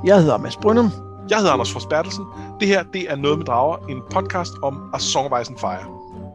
Jeg hedder Mads Brynum. Jeg hedder Anders Fors Bertelsen. Det her, det er Noget med Drager, en podcast om A Song of Ice and Fire.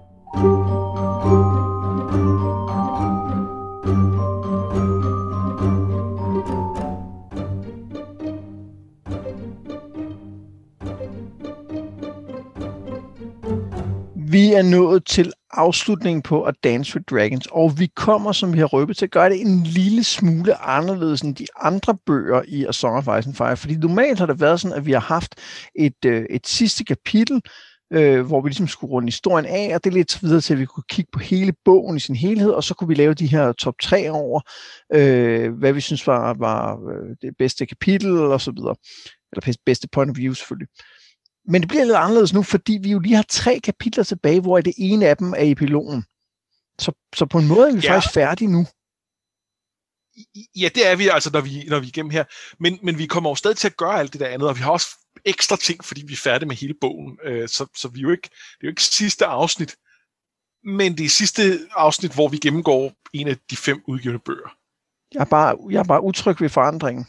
Vi er nået til afslutningen på A Dance with Dragons, og vi kommer, som vi har røbet, til at gøre det en lille smule anderledes end de andre bøger i A Song of Ice and Fire. Fordi normalt har det været sådan, at vi har haft et sidste kapitel, hvor vi ligesom skulle runde historien af, og det er lidt videre til, at vi kunne kigge på hele bogen i sin helhed, og så kunne vi lave de her top 3 over, hvad vi synes var det bedste kapitel, og så videre. Eller bedste point of view, selvfølgelig. Men det bliver lidt anderledes nu, fordi vi jo lige har 3 kapitler tilbage, hvor det ene af dem er epilogen. Så på en måde er vi faktisk færdige nu. Ja, det er vi altså, når vi er igennem her. Men vi kommer jo stadig til at gøre alt det der andet, og vi har også ekstra ting, fordi vi er færdige med hele bogen. Så vi er jo ikke, det er jo ikke sidste afsnit, men det er sidste afsnit, hvor vi gennemgår en af de 5 udgivne bøger. Jeg er bare utryg ved forandringen.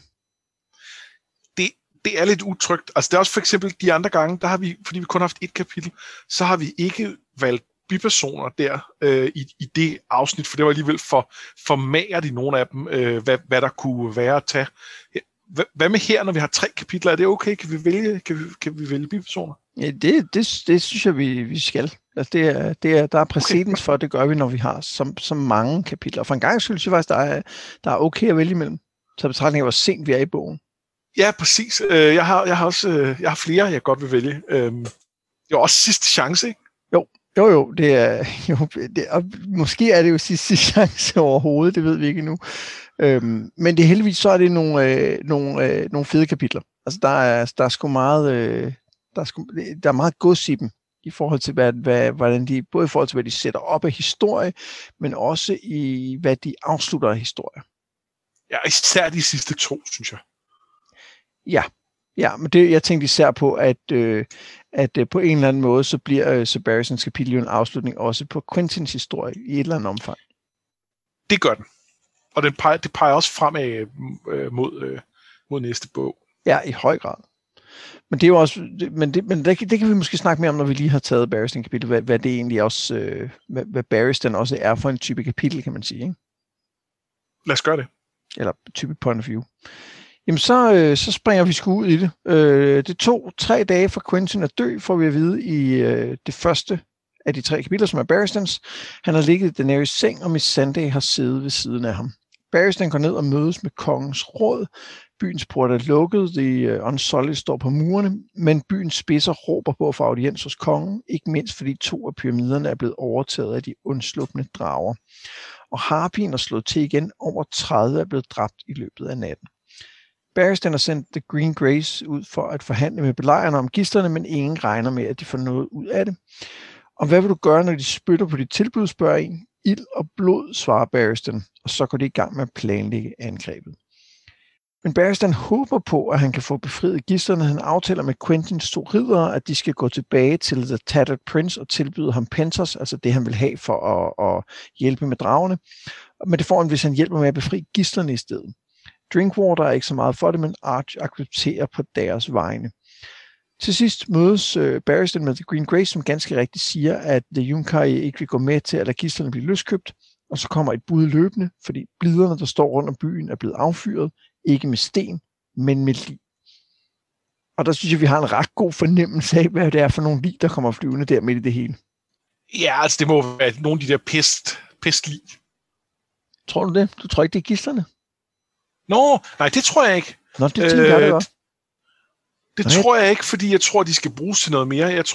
Det er lidt utrygt. Altså det er også for eksempel de andre gange, der har vi, fordi vi kun har haft 1 kapitel, så har vi ikke valgt bipersoner der i det afsnit, for det var alligevel for magert i nogle af dem, hvad der kunne være at tage. Hvad med her, når vi har 3 kapitler? Er det okay? Kan vi vælge bipersoner? Ja, det synes jeg, vi skal. Altså der er præcedens for, det gør vi, når vi har så mange kapitler. For en gang synes jeg faktisk, der er okay at vælge imellem. Så betragtning af, hvor sent vi er i bogen. Ja, præcis. Jeg har flere, jeg godt vil vælge. Det er også sidste chance, ikke? Jo, det er og måske er det jo sidste chance overhovedet, det ved vi ikke endnu. Men det heldigvis så er det nogle fede kapitler. Altså der er sgu meget der er meget gods i dem i forhold til hvordan de både i forhold til hvad de sætter op af historie, men også i hvad de afslutter af historie. Ja, især de sidste 2, synes jeg. Ja, men det jeg tænkte især på, at på en eller anden måde, så bliver Barristans kapitel en afslutning også på Quentins historie i et eller andet omfang. Det gør den. Og det peger også fremad mod næste bog. Ja, i høj grad. Men det er jo også, men det kan vi måske snakke mere om, når vi lige har taget Barristans kapitel, hvad det egentlig også, hvad Barristan også er for en type kapitel, kan man sige, ikke? Lad os gøre det. Eller type point of view. Jamen så springer vi sgu ud i det. Det tog 3 dage for Quentin at dø, får vi at vide i det første af de 3 kapitler, som er Barristans. Han har ligget i Daenerys seng, og Missandei har siddet ved siden af ham. Barristan går ned og mødes med kongens råd. Byens port er lukket, The Unsullied står på murene, men byens spidser råber på at få audiens hos kongen, ikke mindst fordi 2 af pyramiderne er blevet overtaget af de undslupne drager. Og Harpien er slået til igen, over 30 er blevet dræbt i løbet af natten. Barristan har sendt The Green Grace ud for at forhandle med belejrerne om gidslerne, men ingen regner med, at de får noget ud af det. Og hvad vil du gøre, når de spytter på dit tilbud, spørger en. Ild og blod, svarer Barristan, og så går de i gang med at planlægge angrebet. Men Barristan håber på, at han kan få befriet gidslerne. Han aftaler med Quentins 2 riddere, at de skal gå tilbage til The Tattered Prince og tilbyde ham Pentos, altså det han vil have for at hjælpe med dragerne. Men det får han, hvis han hjælper med at befri gidslerne i stedet. Drinkwater er ikke så meget for det, men Arch accepterer på deres vegne. Til sidst mødes Barristan med The Green Grace, som ganske rigtigt siger, at The Yunkai ikke vil gå med til at lade gidslerne blive løskøbt, og så kommer et bud løbende, fordi bliderne, der står rundt om byen, er blevet affyret, ikke med sten, men med lig. Og der synes jeg, vi har en ret god fornemmelse af, hvad det er for nogle lig, der kommer flyvende der midt i det hele. Ja, altså det må være nogle af de der pestlig. Tror du det? Du tror ikke, det er gidslerne? Nej, det tror jeg ikke. Nå, det tænker jeg det godt. Det tror jeg ikke, fordi jeg tror, de skal bruges til noget mere. Jeg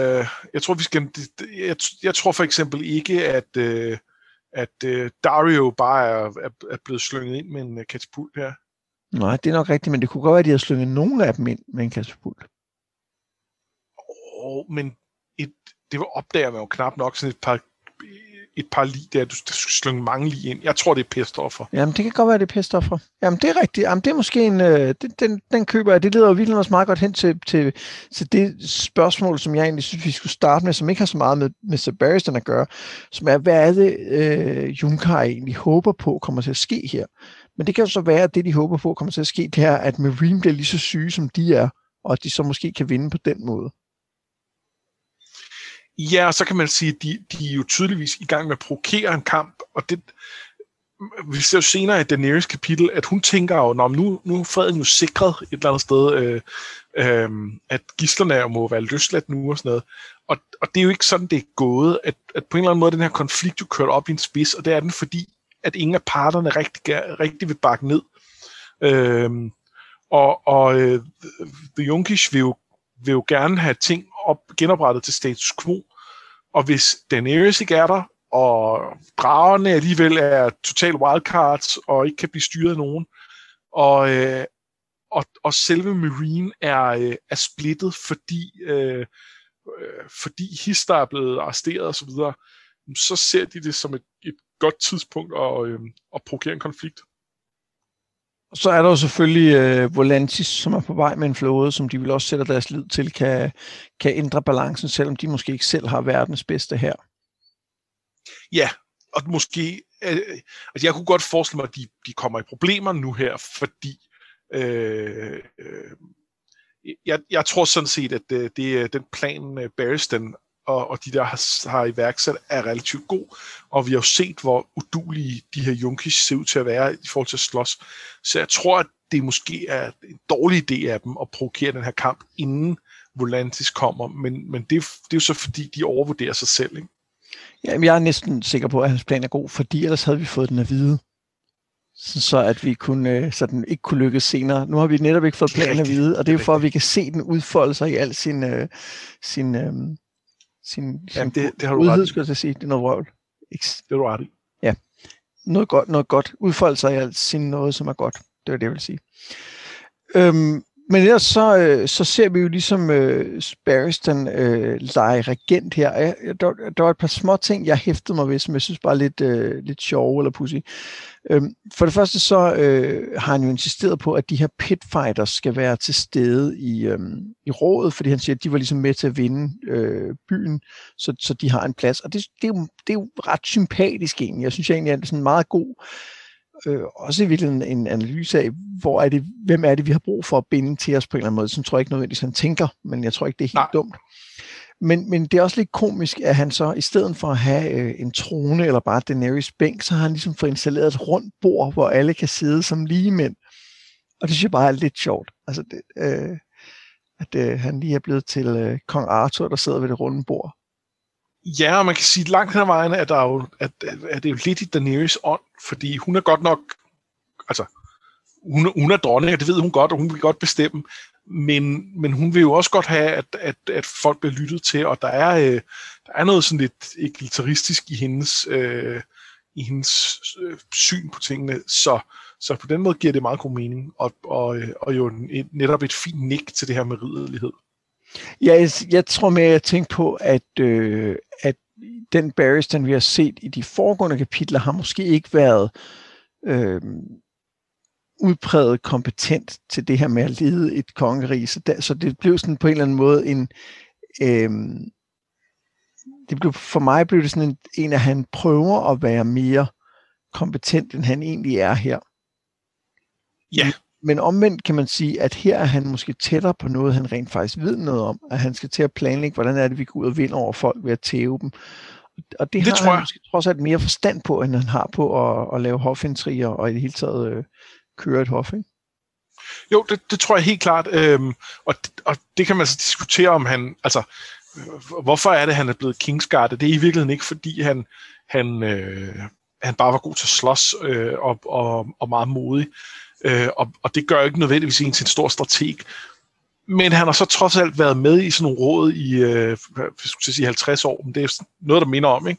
tror for eksempel ikke, at Dario bare er blevet slynget ind med en katapult her. Nej, det er nok rigtigt, men det kunne godt være, at de har slynget nogle af dem ind med en katapult. Men det opdager man jo knap nok sådan et par et par lig der, du skal slynge mange lig ind. Jeg tror, det er pestoffer. Jamen, det kan godt være, det er pestoffer. Jamen, det er rigtigt. Jamen, det er måske en... Den køber jeg. Det leder jo virkelig også meget godt hen til det spørgsmål, som jeg egentlig synes, vi skulle starte med, som ikke har så meget med Mr. Barristan at gøre, som er, hvad er det, Junker egentlig håber på kommer til at ske her? Men det kan jo så være, at det, de håber på kommer til at ske, det er, at Meereen bliver lige så syge, som de er, og at de så måske kan vinde på den måde. Ja, og så kan man sige, at de er jo tydeligvis i gang med at provokere en kamp, og det, vi ser jo senere i Daenerys kapitel, at hun tænker jo, nu er freden jo sikret et eller andet sted, at gidslerne må være løsladt nu og sådan noget. Og det er jo ikke sådan, det er gået, at på en eller anden måde den her konflikt jo kørt op i en spids, og det er den fordi, at ingen af parterne rigtig vil bakke ned. The Junkish vil jo gerne have ting genoprettet til status quo, og hvis Daenerys ikke er der, og dragerne alligevel er total wildcards, og ikke kan blive styret af nogen, og selve Meereen er splittet, fordi Hister er blevet arresteret osv., så ser de det som et godt tidspunkt at provokere en konflikt. Så er der jo selvfølgelig Volantis, som er på vej med en flåde, som de vil også sætte deres lid til, kan ændre balancen, selvom de måske ikke selv har verdens bedste her. Altså jeg kunne godt forestille mig, at de kommer i problemer nu her, fordi jeg tror sådan set, at det er den plan, Barristan og de der har iværksat, er relativt god, og vi har jo set, hvor udulige de her Junkish ser ud til at være i forhold til at slås. Så jeg tror, at det måske er en dårlig idé af dem at provokere den her kamp, inden Volantis kommer, men det er jo så fordi, de overvurderer sig selv, ikke? Jamen, jeg er næsten sikker på, at hans plan er god, fordi ellers havde vi fået den at vide, så at vi kunne, så den ikke kunne lykkes senere. Nu har vi netop ikke fået planen at vide, og det er jo for, at vi kan se den udfolde sig i al sin det har du udhed, ret. skulle jeg sige. Det er noget vrøvl. Det har du ret i. Ja. Noget godt. Udfolde sig i alt sin noget, som er godt. Det var det, jeg vil sige. Men ellers så ser vi jo ligesom Barristan lege regent her. Der var et par små ting, jeg hæftede mig ved, som jeg synes bare er lidt sjove eller pudsige. For det første så har han jo insisteret på, at de her pitfighters skal være til stede i rådet, fordi han siger, at de var ligesom med til at vinde byen, så de har en plads. Og det er jo ret sympatisk egentlig. Jeg synes egentlig, at det er sådan meget god også i virkeligheden en analyse af, hvem er det, vi har brug for at binde til os på en eller anden måde. Så tror jeg ikke nødvendigvis, han tænker, men jeg tror ikke, det er helt dumt. Men det er også lidt komisk, at han så, i stedet for at have en trone eller bare Daenerys bænk, så har han ligesom fået installeret et rundt bord, hvor alle kan sidde som ligemænd. Og det synes jeg bare er lidt sjovt. Altså, at han lige er blevet til kong Arthur, der sidder ved det runde bord. Ja, og man kan sige, at langt hen ad vejen er det jo lidt i Daenerys ånd, fordi hun er godt nok, altså, hun er dronning, og det ved hun godt, og hun vil godt bestemme, men hun vil jo også godt have, at folk bliver lyttet til, og der er noget sådan lidt egalitarisk i hendes syn på tingene, så på den måde giver det meget god mening, og jo netop et fint nik til det her med ridderlighed. Ja, jeg tror mere, jeg tænker på, at den Barristan, vi har set i de foregående kapitler, har måske ikke været udpræget kompetent til det her med at lede et kongerige. Så det blev sådan på en eller anden måde for mig blev det sådan en, at han prøver at være mere kompetent, end han egentlig er her. Ja. Men omvendt kan man sige, at her er han måske tættere på noget, han rent faktisk ved noget om, at han skal til at planlægge, hvordan er det, vi går ud og vinder over folk ved at tæve dem. Og det har han måske trods alt mere forstand på, end han har på at lave hofintriger og i det hele taget køre et hof, ikke? Jo, det tror jeg helt klart. Og det kan man så diskutere, om han, altså, hvorfor er det, han er blevet Kingsguard? Det er i virkeligheden ikke, fordi han bare var god til at slås og meget modig. Og det gør ikke nødvendigvis en til en stor strateg. Men han har så trods alt været med i sådan nogle råd i 50 år. Men det er noget, der minder om, ikke?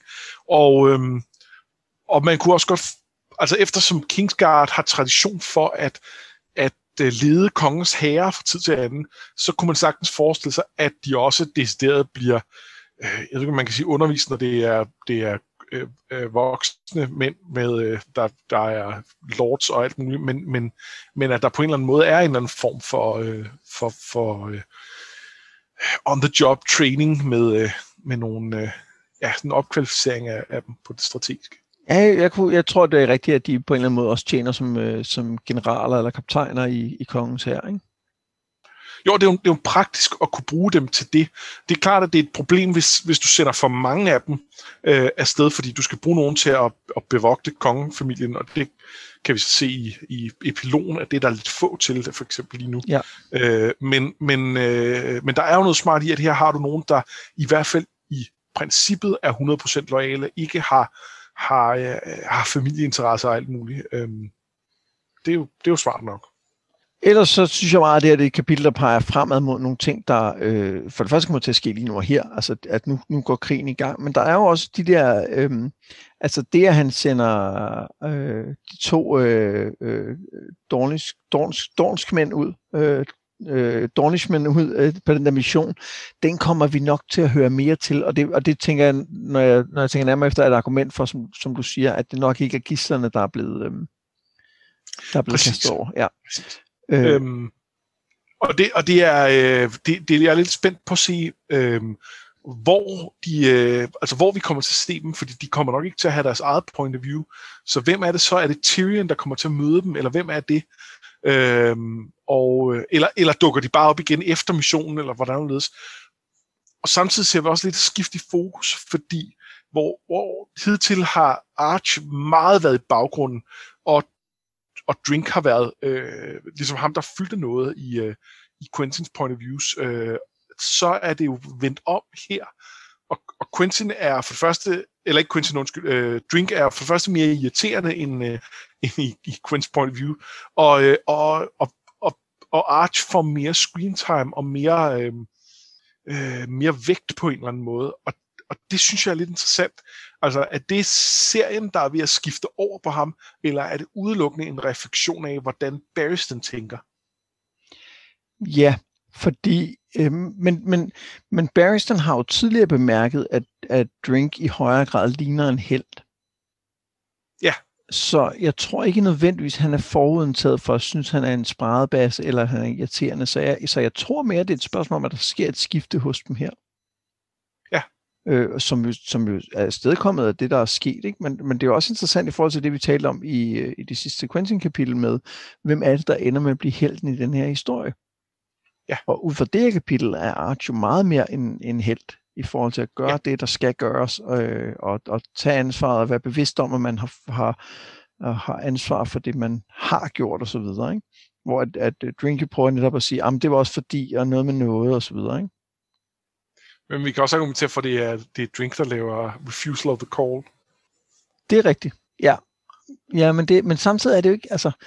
Og man kunne også godt, altså eftersom Kingsguard har tradition for at lede kongens hære fra tid til anden, så kunne man sagtens forestille sig, at de også decideret bliver, jeg ved ikke, man kan sige undervist, når det er voksne mænd, med, der er lords og alt muligt, men at der på en eller anden måde er en eller anden form for on-the-job training med nogle sådan en opkvalificering af dem på det strategiske. Ja, jeg tror, det er rigtigt, at de på en eller anden måde også tjener som generaler eller kaptajner i kongens hær, ikke? Jo, det er jo praktisk at kunne bruge dem til det. Det er klart, at det er et problem, hvis du sender for mange af dem afsted, fordi du skal bruge nogen til at bevogte kongefamilien, og det kan vi så se i epilogen, at det er der lidt få til, for eksempel lige nu. Ja. Men der er jo noget smart i, at her har du nogen, der i hvert fald i princippet er 100% loyale, ikke har familieinteresser og alt muligt. Det er jo smart nok. Ellers så synes jeg meget, at det er et kapitel, der peger fremad mod nogle ting, der for det første kommer til at ske lige nu og her, altså at nu går krigen i gang, men der er jo også de der, altså det, at han sender de to Dornish-mænd ud, Dornishmen ud på den der mission, den kommer vi nok til at høre mere til, og det tænker jeg, når jeg tænker nærmere efter, et argument for, som du siger, at det nok ikke er gidslerne, der er blevet kastet over. Ja. Og det er jeg er lidt spændt på at se, hvor vi kommer til at se dem, fordi de kommer nok ikke til at have deres eget point of view. Så hvem er det så? Er det Tyrion, der kommer til at møde dem, eller hvem er det? Eller dukker de bare op igen efter missionen, eller hvordan det ledes? Og samtidig ser vi også lidt skift i fokus, fordi hvor hidtil har Arch meget været i baggrunden, og Drink har været ligesom ham, der fyldte noget i Quentins point of views, så er det jo vendt om her. Og Quentin er for det første, eller ikke Quentin, undskyld, Drink er for det første mere irriterende end i Quentins point of view, og Arch får mere screen time og mere vægt på en eller anden måde, og det synes jeg er lidt interessant. Altså, er det serien, der er ved at skifte over på ham, eller er det udelukkende en refleksion af, hvordan Barristan tænker? Ja, fordi men Barristan har jo tidligere bemærket, at Drink i højere grad ligner en helt. Ja. Så jeg tror ikke nødvendigvis, han er forudindtaget for at synes, han er en spradebasse, eller han er irriterende. Så jeg tror mere, det er et spørgsmål om, at der sker et skifte hos dem her. Som jo er stedkommet af det, der er sket, ikke? Men det er jo også interessant i forhold til det, vi talte om i det sidste Quentin-kapitel med, hvem er det, der ender med at blive helten i den her historie. Ja. Og ud fra det her kapitel er Arch jo meget mere en helt i forhold til at gøre det, der skal gøres, og tage ansvaret og være bevidst om, at man har ansvar for det, man har gjort og så videre, ikke? Hvor at Drinky prøver netop at sige, det var også fordi, og noget med noget og så videre, ikke? Men vi kan også argumentere for, det er Drink, der laver Refusal of the Call. Det er rigtigt, ja. Ja, men samtidig er det jo ikke, altså...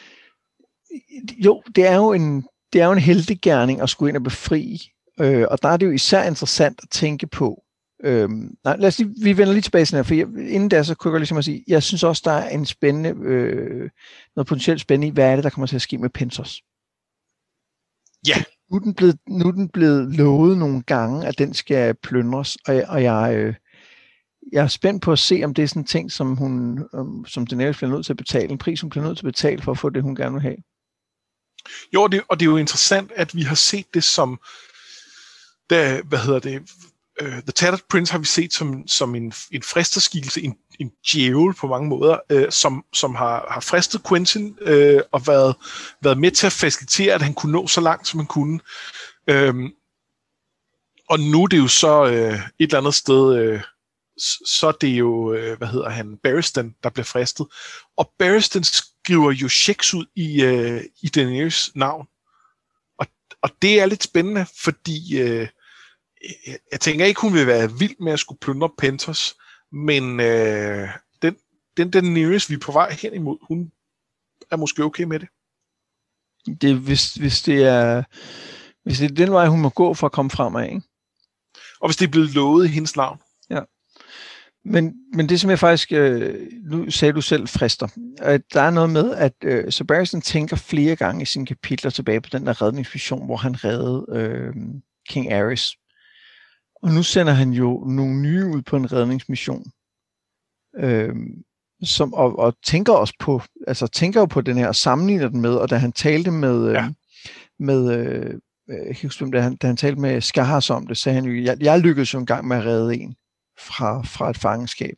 Jo, det er jo en heltegerning at skulle ind og befri, og der er det jo især interessant at tænke på. Lad os lige, vi vender lige tilbage til den her, for inden da, så kunne jeg ligesom at sige, jeg synes også, der er en spændende, noget potentielt spændende i, hvad er det, der kommer til at ske med Pentos? Ja. Nu er den blevet lovet nogle gange, at den skal plyndres, og jeg er spændt på at se, om det er sådan en ting, som Daenerys bliver nødt til at betale, en pris, hun bliver nødt til at betale for at få det, hun gerne vil have. Jo, og det er jo interessant, at vi har set det som, The Tattered Prince har vi set som en fristerskikkelse, en djævel på mange måder, som har fristet Quentin og været med til at facilitere, at han kunne nå så langt, som han kunne. Og nu er det jo så et eller andet sted, så er det jo, Barristan, der bliver fristet. Og Barristan skriver jo checks ud i Daenerys navn. Og det er lidt spændende, fordi jeg tænker ikke, hun vil være vild med at skulle plyndre Pentos, men den Daenerys, vi er på vej hen imod, hun er måske okay med det. Hvis det er den vej, hun må gå for at komme fremad, ikke? Og hvis det er blevet lovet i hendes navn. Ja. Men det, som jeg faktisk, nu sagde du selv, frister. Der er noget med, at Barristan tænker flere gange i sine kapitler tilbage på den der redningsmission, hvor han reddede King Aerys. Og nu sender han jo nogle nye ud på en redningsmission. som, og tænker også på, altså tænker jo på den her, og sammenligner den med, og da han talte med, jeg kan huske, da han talte med Skahars om det, sagde han jo, jeg lykkedes jo en gang med at redde en fra et fangenskab.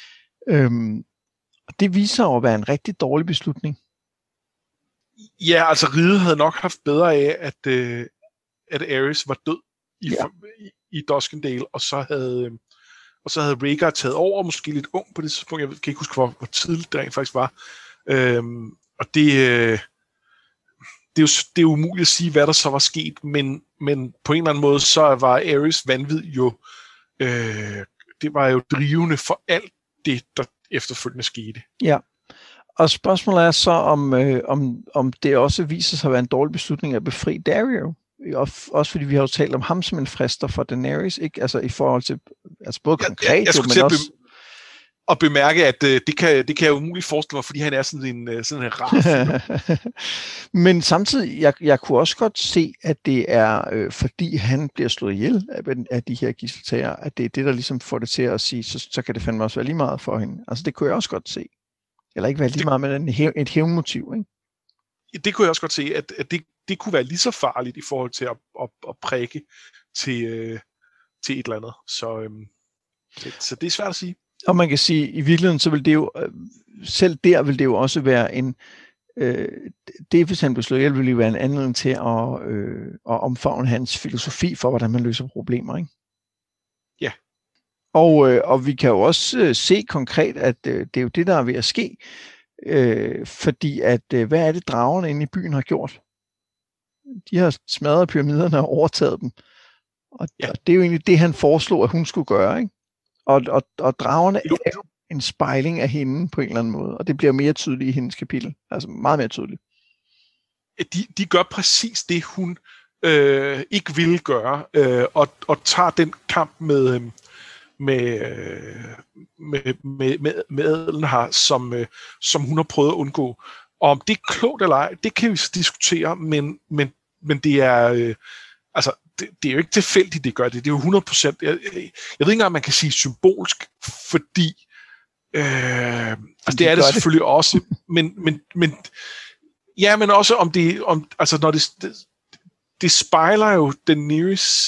Og det viser jo at være en rigtig dårlig beslutning. Ja, altså riget havde nok haft bedre af, at Aerys var død i Duskendale, og så havde Rhaegar taget over, måske lidt ung på det tidspunkt. Jeg kan ikke huske, hvor tidligt det rent faktisk var. Og det er jo umuligt at sige, hvad der så var sket, men på en eller anden måde, så var Aerys vanvid jo, det var jo drivende for alt det, der efterfølgende skete. Ja, og spørgsmålet er så, om det også viser sig at være en dårlig beslutning at befri Daario. Også fordi vi har jo talt om ham som en frister for Daenerys, ikke? Altså i forhold til, altså både konkret, men også... Og bemærke, at det kan jeg umuligt forestille mig, fordi han er sådan en rar. Men samtidig, jeg kunne også godt se, at det er, fordi han bliver slået ihjel af de her gidseltager, at det er det, der ligesom får det til at sige, så kan det fandme også være lige meget for hende. Altså det kunne jeg også godt se. Eller ikke være lige meget, men et hævnmotiv, ikke? Det kunne jeg også godt se, at det kunne være lige så farligt i forhold til at prikke til et eller andet. Så det er svært at sige. Og man kan sige, i virkeligheden, så vil det jo, selv der vil det jo også være en, det hvis han blev slået ihjel, vil jo være en anledning til at omfavne hans filosofi for, hvordan man løser problemer, ikke? Ja. Og vi kan jo også se konkret, at det er jo det, der er ved at ske, fordi at, hvad er det, dragerne inde i byen har gjort? De har smadret pyramiderne og overtaget dem. Og det er jo egentlig det, han foreslog, at hun skulle gøre, ikke? Og dragerne er jo en spejling af hende på en eller anden måde, og det bliver mere tydeligt i hendes kapitel. Altså meget mere tydeligt. De gør præcis det, hun ikke ville gøre, og tager den kamp med adelen her, som hun har prøvet at undgå. Og om det er klogt eller ej, det kan vi så diskutere, men det er... altså, det er jo ikke tilfældigt, det gør det. Det er jo 100%. Jeg ved ikke engang, man kan sige symbolsk, fordi altså, det er det selvfølgelig også, men ja, men også altså når det spejler jo Daenerys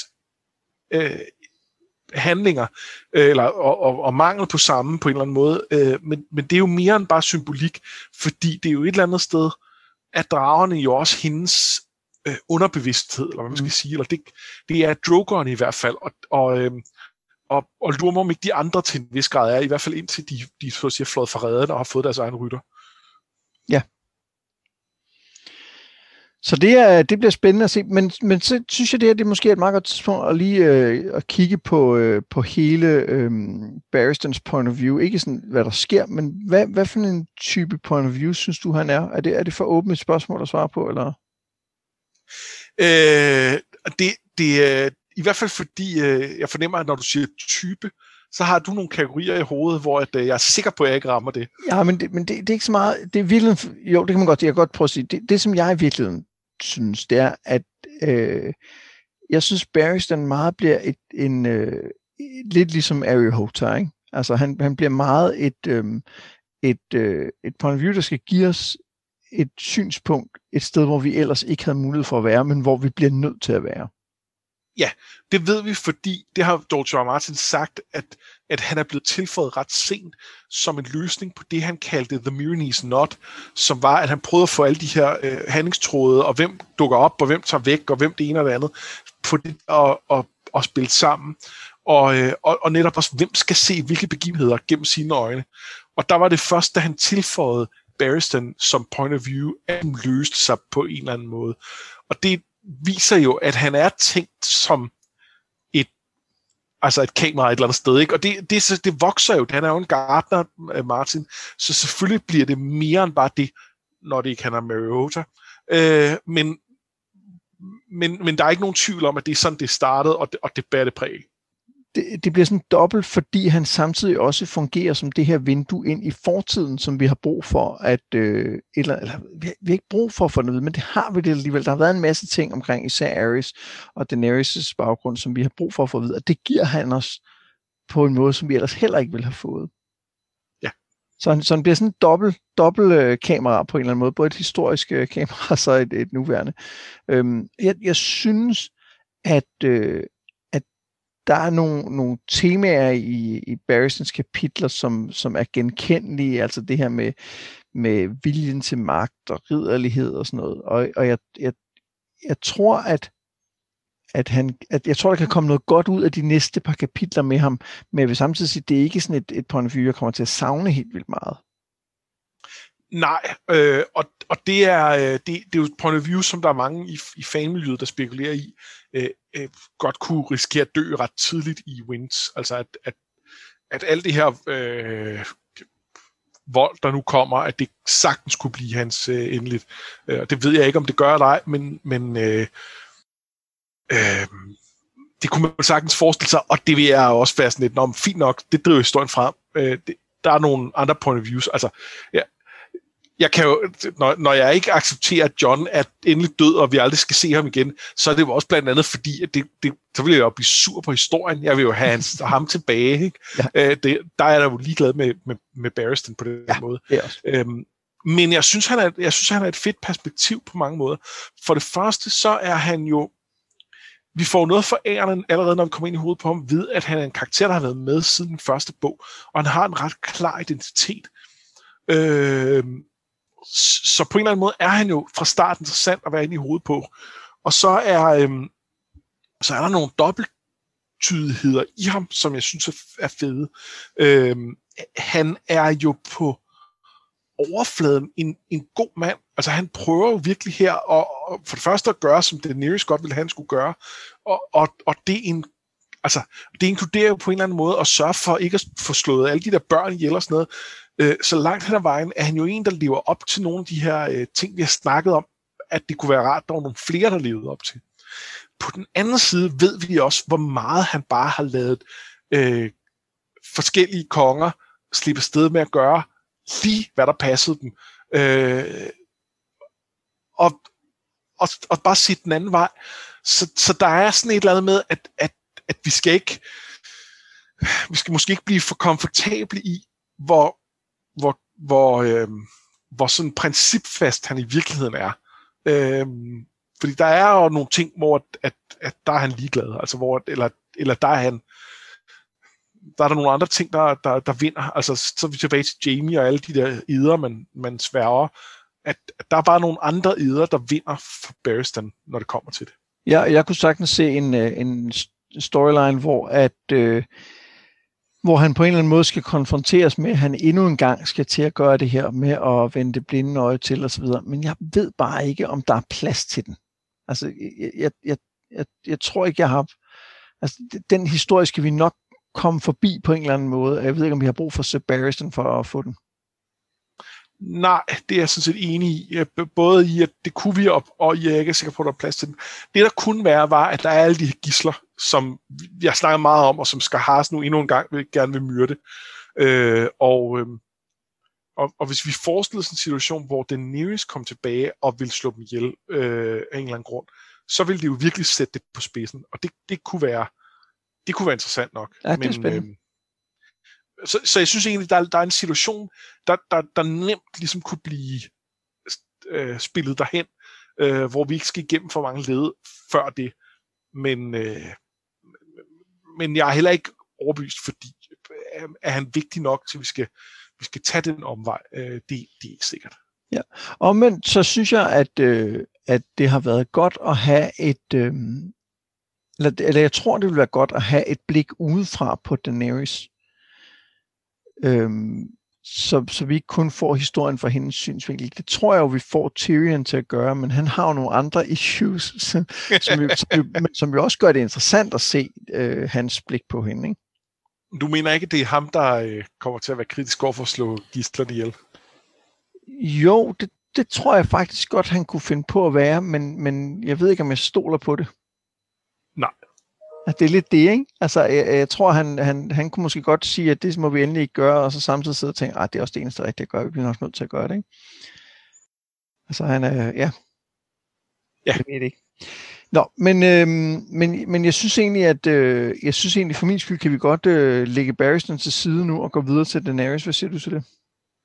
handlinger, og mangel på samme på en eller anden måde, men det er jo mere end bare symbolik, fordi det er jo et eller andet sted, at dragerne jo også hendes underbevidsthed, eller hvad man skal sige, eller det er Drogon i hvert fald, og lurer mig om ikke de andre til en vis grad er, i hvert fald indtil de så at sige, flået fra redden og har fået deres egen rytter. Ja. Så det bliver spændende at se, men så synes jeg, det er måske et meget godt tidspunkt at lige at kigge på hele Barristans point of view. Ikke sådan, hvad der sker, men hvad for en type point of view synes du, han er? Er det for åbent et spørgsmål at svare på, eller? Det i hvert fald fordi jeg fornemmer, at når du siger type, så har du nogle kategorier i hovedet, hvor jeg er sikker på, at jeg ikke rammer det. Ja, men det er ikke så meget. Det er virkelig, jo, det kan man godt. Jeg kan godt prøve at sige. Det som jeg i virkeligheden synes, det er, at jeg synes, Barristan meget bliver lidt ligesom Areo Hotah, ikke? Altså han bliver meget et point of view, der skal give os et synspunkt et sted, hvor vi ellers ikke havde mulighed for at være, men hvor vi bliver nødt til at være. Ja, det ved vi, fordi det har George R. Martin sagt, at han er blevet tilføjet ret sent som en løsning på det, han kaldte The Myronese Knot, som var, at han prøvede at få alle de her handlingstråde, og hvem dukker op, og hvem tager væk, og hvem det ene og det andet, på det og spille sammen. Og netop også, hvem skal se hvilke begivenheder gennem sine øjne. Og der var det først, da han tilføjede Barristan som point of view, at han løste sig på en eller anden måde. Og det viser jo, at han er tænkt som et kamera et eller andet sted, ikke? Og det vokser jo. Han er jo en gartner, Martin, så selvfølgelig bliver det mere end bare det, når det ikke handler om Mariota. Men der er ikke nogen tvivl om, at det er sådan, det startede, og det bærer det præg. Det bliver sådan dobbelt, fordi han samtidig også fungerer som det her vindue ind i fortiden, som vi har brug for at eller vi har ikke brug for at få noget, men det har vi det alligevel. Der har været en masse ting omkring især Aerys og Daenerys' baggrund, som vi har brug for at få videre. Det giver han os på en måde, som vi ellers heller ikke ville have fået. Så han bliver sådan en dobbelt kamera på en eller anden måde. Både et historisk kamera og så et nuværende. Jeg synes, at der er nogle temaer i Barristons kapitler, som er genkendelige. Altså det her med viljen til magt og ridderlighed og sådan noget. Og jeg tror, at jeg tror, der kan komme noget godt ud af de næste par kapitler med ham, men jeg vil samtidig sige, at det er ikke sådan et point of view, jeg kommer til at savne helt vildt meget. Nej, og det er jo et point of view, som der er mange i fanmiljøet, der spekulerer i, godt kunne risikere at dø ret tidligt i Wins. Altså at alt det her vold, der nu kommer, at det sagtens kunne blive hans endeligt. Det ved jeg ikke, om det gør eller ej, men det kunne man sagtens forestille sig, og det vil jeg også være sådan lidt, fint nok, det driver historien frem. Der er nogle andre point of views. Altså, jeg kan jo, når jeg ikke accepterer, at John er endelig død, og vi aldrig skal se ham igen, så er det jo også blandt andet fordi, at så vil jeg jo blive sur på historien. Jeg vil jo have ham tilbage. Ikke? Ja. Der er jeg jo ligeglad med Barristan på den måde. Men jeg synes, han er et fedt perspektiv på mange måder. For det første, så er han jo, vi får noget for æren allerede, når vi kommer ind i hovedet på ham, ved, at han er en karakter, der har været med siden den første bog, og han har en ret klar identitet. Så på en eller anden måde er han jo fra starten interessant at være inde i hovedet på. Og så er der nogle dobbelttydigheder i ham, som jeg synes er fede. Han er jo på overfladen en god mand. Altså han prøver jo virkelig her og for det første at gøre, som Daenerys godt ville han skulle gøre. Og det inkluderer jo på en eller anden måde at sørge for ikke at få slået alle de der børn ihjel og sådan noget. Så langt hen ad vejen er han jo en, der lever op til nogle af de her ting, vi har snakket om, at det kunne være rart, at der var nogle flere, der levede op til. På den anden side ved vi også, hvor meget han bare har lavet forskellige konger slippe afsted med at gøre lige, hvad der passede dem. Og bare se den anden vej. Så der er sådan et eller andet med, at vi skal måske ikke blive for komfortable i, hvor sådan principfast han i virkeligheden er. Fordi der er jo nogle ting, hvor at der er han ligeglad, altså eller der er der nogle andre ting, der vinder. Altså så er vi tilbage til Jaime og alle de der eder, man sværger, at der er bare nogle andre eder, der vinder for Barristan, når det kommer til det. Ja, jeg kunne sagtens se en storyline, hvor han på en eller anden måde skal konfronteres med, at han endnu en gang skal til at gøre det her med at vende det blinde øje til osv. Men jeg ved bare ikke, om der er plads til den. Altså, jeg tror ikke, jeg har... Altså, den historie skal vi nok komme forbi på en eller anden måde. Jeg ved ikke, om vi har brug for Sir Barristan for at få den. Nej, det er jeg sådan set enig i. Både i, at det kunne vi, og jeg er ikke sikker på, at der er plads til den. Det, der kunne være, var, at der er alle de her gidsler, som jeg snakker meget om, og som skal has nu endnu en gang gerne vil myrde. Og hvis vi forestiller os en situation, hvor Daenerys kom tilbage og ville slå dem ihjel af en eller anden grund, så ville det jo virkelig sætte det på spidsen. Og det kunne være interessant nok. Ja, det er spændende. Så jeg synes egentlig, der er en situation, der nemt ligesom kunne blive spillet derhen, hvor vi ikke skal igennem for mange led før det. Men jeg er heller ikke overbevist, fordi er han vigtig nok til, vi skal tage den omvej. Det er ikke sikkert. Ja, men så synes jeg, at det har været godt at have et... Eller jeg tror, det vil være godt at have et blik udefra på Daenerys. Så vi ikke kun får historien fra hendes synsvinkel. Det tror jeg jo, vi får Tyrion til at gøre, men han har jo nogle andre issues, som jo også gør det interessant at se hans blik på hende. Ikke? Du mener ikke, det er ham, der kommer til at være kritisk over for at slå gidslerne ihjel? Jo, det tror jeg faktisk godt, han kunne finde på at være, men jeg ved ikke, om jeg stoler på det. Nej. Det er lidt det, ikke? Altså, jeg tror, han kunne måske godt sige, at det må vi endelig ikke gøre, og så samtidig sidde og tænke, det er også det eneste rigtige at gøre, vi bliver nok nødt til at gøre det, ikke? Altså, han er, ja. Jeg ved det ikke. Nå, men jeg synes egentlig, for min skyld kan vi godt lægge Barristan til side nu, og gå videre til Daenerys. Hvad siger du til det?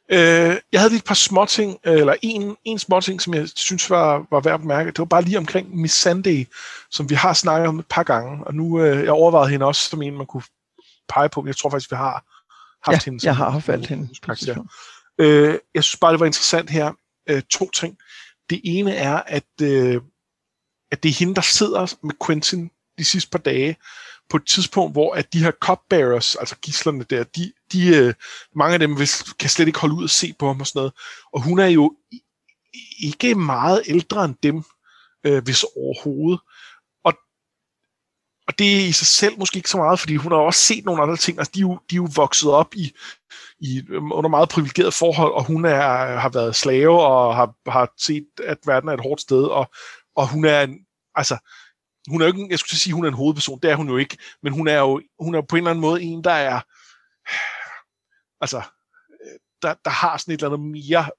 Jeg havde lige et par småting, eller en småting, som jeg synes var værd at bemærke. Det var bare lige omkring Miss Sunday, som vi har snakket om et par gange, og nu jeg overvejede hende også som en, man kunne pege på. Jeg tror faktisk, vi har haft hende. Jeg har valgt hende. Jeg synes bare, det var interessant her. 2 ting. Det ene er, at det er hende, der sidder med Quentin de sidste par dage, på et tidspunkt, hvor at de her cupbearers, altså gidslerne der, de mange af dem kan slet ikke holde ud og se på ham og sådan noget. Og hun er jo ikke meget ældre end dem, hvis overhovedet. Og det er i sig selv måske ikke så meget, fordi hun har også set nogle andre ting. Altså, de er jo vokset op under meget privilegerede forhold, og hun har været slave og har set, at verden er et hårdt sted, og hun er hun er jo ikke, jeg skulle sige, hun er en hovedperson, det er hun jo ikke, men hun er på en eller anden måde en, der er, der har sådan et eller andet mere,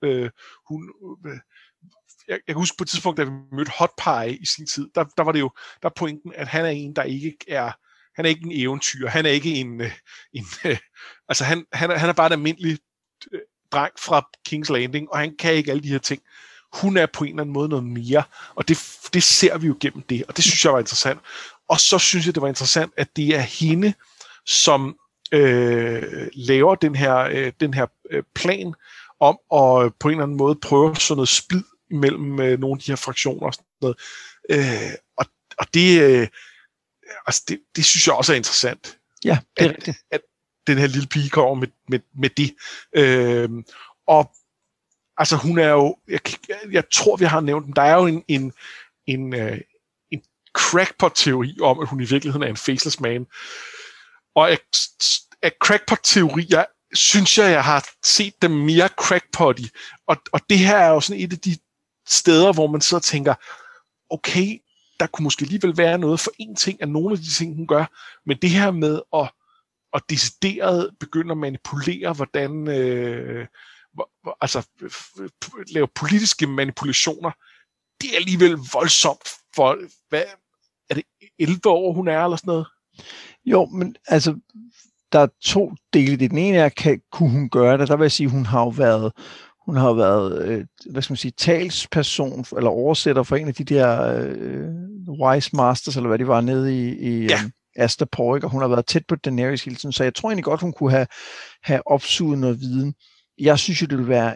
jeg kan huske på et tidspunkt, da vi mødte Hot Pie i sin tid, der var det jo, der er pointen, at han er en, der ikke er, han er ikke en eventyr, han er ikke han er bare en almindelig dreng fra King's Landing, og han kan ikke alle de her ting. Hun er på en eller anden måde noget mere, og det ser vi jo gennem det, og det synes jeg var interessant. Og så synes jeg, det var interessant, at det er hende, som laver den her plan om at på en eller anden måde prøve sådan noget splid mellem nogle af de her fraktioner og sådan noget. Og det synes jeg også er interessant. Ja, det er rigtigt. At den her lille pige kommer med det. Og altså hun er jo, jeg tror vi har nævnt den, der er jo en crackpot-teori om, at hun i virkeligheden er en faceless man. Og af crackpot-teorier synes jeg har set dem mere crackpotty. Og det her er jo sådan et af de steder, hvor man sidder og tænker, okay, der kunne måske alligevel være noget for en ting af nogle af de ting, hun gør, men det her med at decideret begynde at manipulere, hvordan lave politiske manipulationer, det er alligevel voldsomt for, hvad er det 11 år hun er, eller sådan noget? Jo, men altså, der er 2 dele i det. Den ene er, kunne hun gøre det? Der vil jeg sige, hun har jo været hvad skal man sige, talsperson eller oversætter for en af de der Wise Masters, eller hvad de var nede i Astapor, og hun har været tæt på Daenerys hele tiden, så jeg tror egentlig godt, hun kunne have opsuget noget viden. Jeg synes jo, det ville være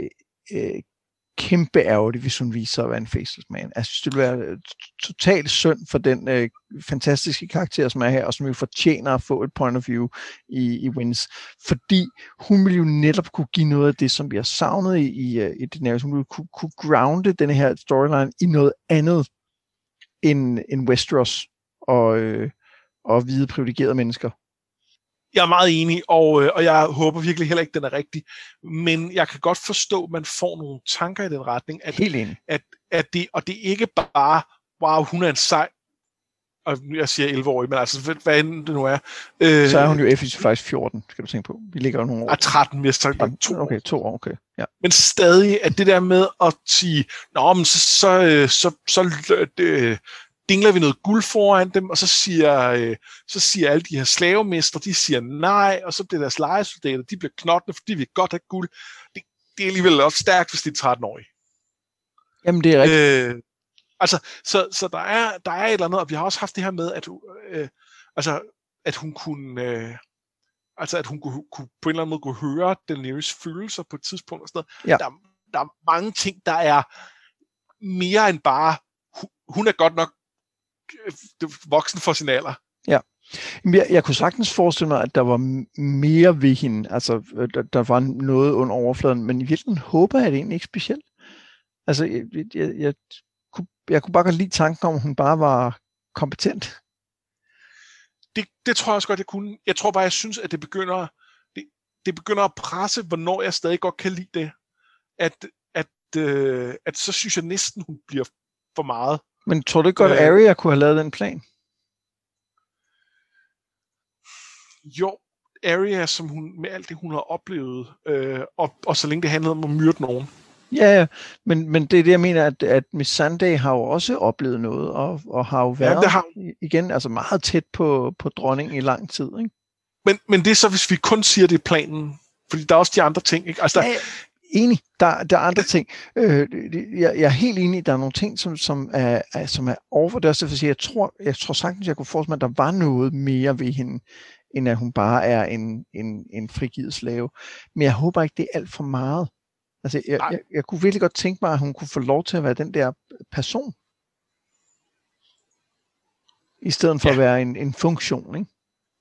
kæmpe ærgerligt, hvis hun viser at være en faceless man. Jeg synes, det ville være totalt synd for den fantastiske karakter, som er her, og som jo fortjener at få et point of view i Winds. Fordi hun ville jo netop kunne give noget af det, som vi har savnet i Daenerys. Hun ville kunne grounde den her storyline i noget andet end Westeros og hvide privilegerede mennesker. Jeg er meget enig, og jeg håber virkelig heller ikke, den er rigtig. Men jeg kan godt forstå, at man får nogle tanker i den retning. Helt enig. Og det er ikke bare, wow, hun er en sej, og jeg siger 11-årig, men altså, hvad end det nu er. Så er hun jo faktisk 14, skal du tænke på. Vi ligger jo nogle år. 13, vi har sagt 2 år. Okay, 2 år, okay. Ja. Men stadig, at det der med at sige, nå, men så dingler vi noget guld foran dem, og så siger alle de her slavemestre, de siger nej, og så bliver deres lejesoldater, de bliver knottende, fordi vi godt har guld. Det er alligevel også stærkt, hvis de er 13-årige. Jamen, det er rigtigt. Så der er et eller andet, og vi har også haft det her med, at hun kunne, at hun kunne på en eller anden måde kunne høre Daenerys følelser på et tidspunkt og sådan noget. Ja. Der er mange ting, der er mere end bare, hun er godt nok voksen for sin alder. Ja. Jeg kunne sagtens forestille mig, at der var mere ved hende, altså der var noget under overfladen, men i virkeligheden håber jeg det egentlig ikke specielt. Altså, jeg kunne bare godt lide tanken om, at hun bare var kompetent. Det tror jeg også godt, jeg kunne. Jeg tror bare, jeg synes, at det begynder at presse, hvornår jeg stadig godt kan lide det. At så synes jeg næsten, hun bliver for meget. Men tror du ikke godt, at Arya kunne have lavet den plan? Jo, Arya, som hun med alt det, hun har oplevet, og så længe det handlede om at myrde nogen. Ja, men det er det, jeg mener, at Miss Sunday har jo også oplevet noget, og har jo været igen altså meget tæt på dronningen i lang tid. Ikke? Men det er så, hvis vi kun siger, det er planen. Fordi der er også de andre ting, ikke? Altså, enig, der er andre ting. Jeg er helt enig, der er nogle ting, som er overvurderet. Det vil sige, jeg tror sagtens, jeg kunne forestille mig, at der var noget mere ved hende, end at hun bare er en frigivet slave. Men jeg håber ikke, det er alt for meget. Altså, jeg kunne virkelig godt tænke mig, at hun kunne få lov til at være den der person, i stedet for at være en funktion, ikke?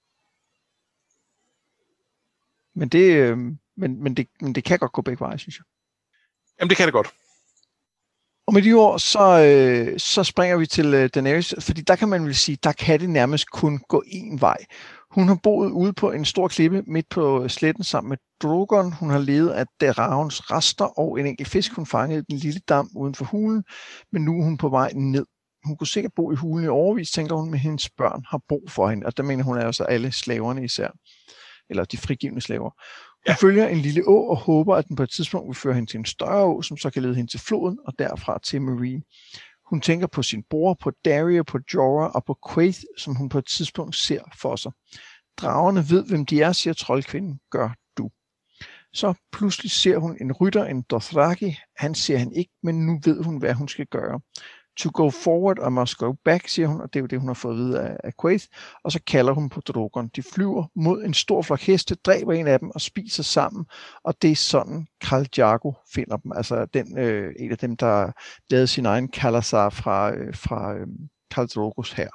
Men det kan godt gå begge veje, synes jeg. Jamen, det kan det godt. Og med de ord, så springer vi til Daenerys, fordi der kan man vel sige, der kan det nærmest kun gå én vej. Hun har boet ude på en stor klippe midt på sletten sammen med Drogon. Hun har levet af dragens rester og en enkelt fisk, hun fangede i den lille dam uden for hulen, men nu er hun på vej ned. Hun kunne sikkert bo i hulen i overvis, tænker hun, men hendes børn har brug for hende, og der mener hun er jo så alle slaverne især, eller de frigivne slaver. Hun følger en lille å og håber, at den på et tidspunkt vil føre hende til en større å, som så kan lede hende til floden og derfra til Meereen. Hun tænker på sin bror, på Daria, på Jorah og på Quaithe, som hun på et tidspunkt ser for sig. Dragerne ved, hvem de er, siger troldkvinden. Gør du. Så pludselig ser hun en rytter, en Dothraki. Han ser han ikke, men nu ved hun, hvad hun skal gøre. To go forward, I must go back, siger hun, og det er jo det, hun har fået at vide af Quaithe. Og så kalder hun på Drogon. De flyver mod en stor flok heste, dræber en af dem og spiser sammen. Og det er sådan, Khal Drogo finder dem. Altså en af dem, der lavede sin egen Khalasar fra Khal Drogos hær.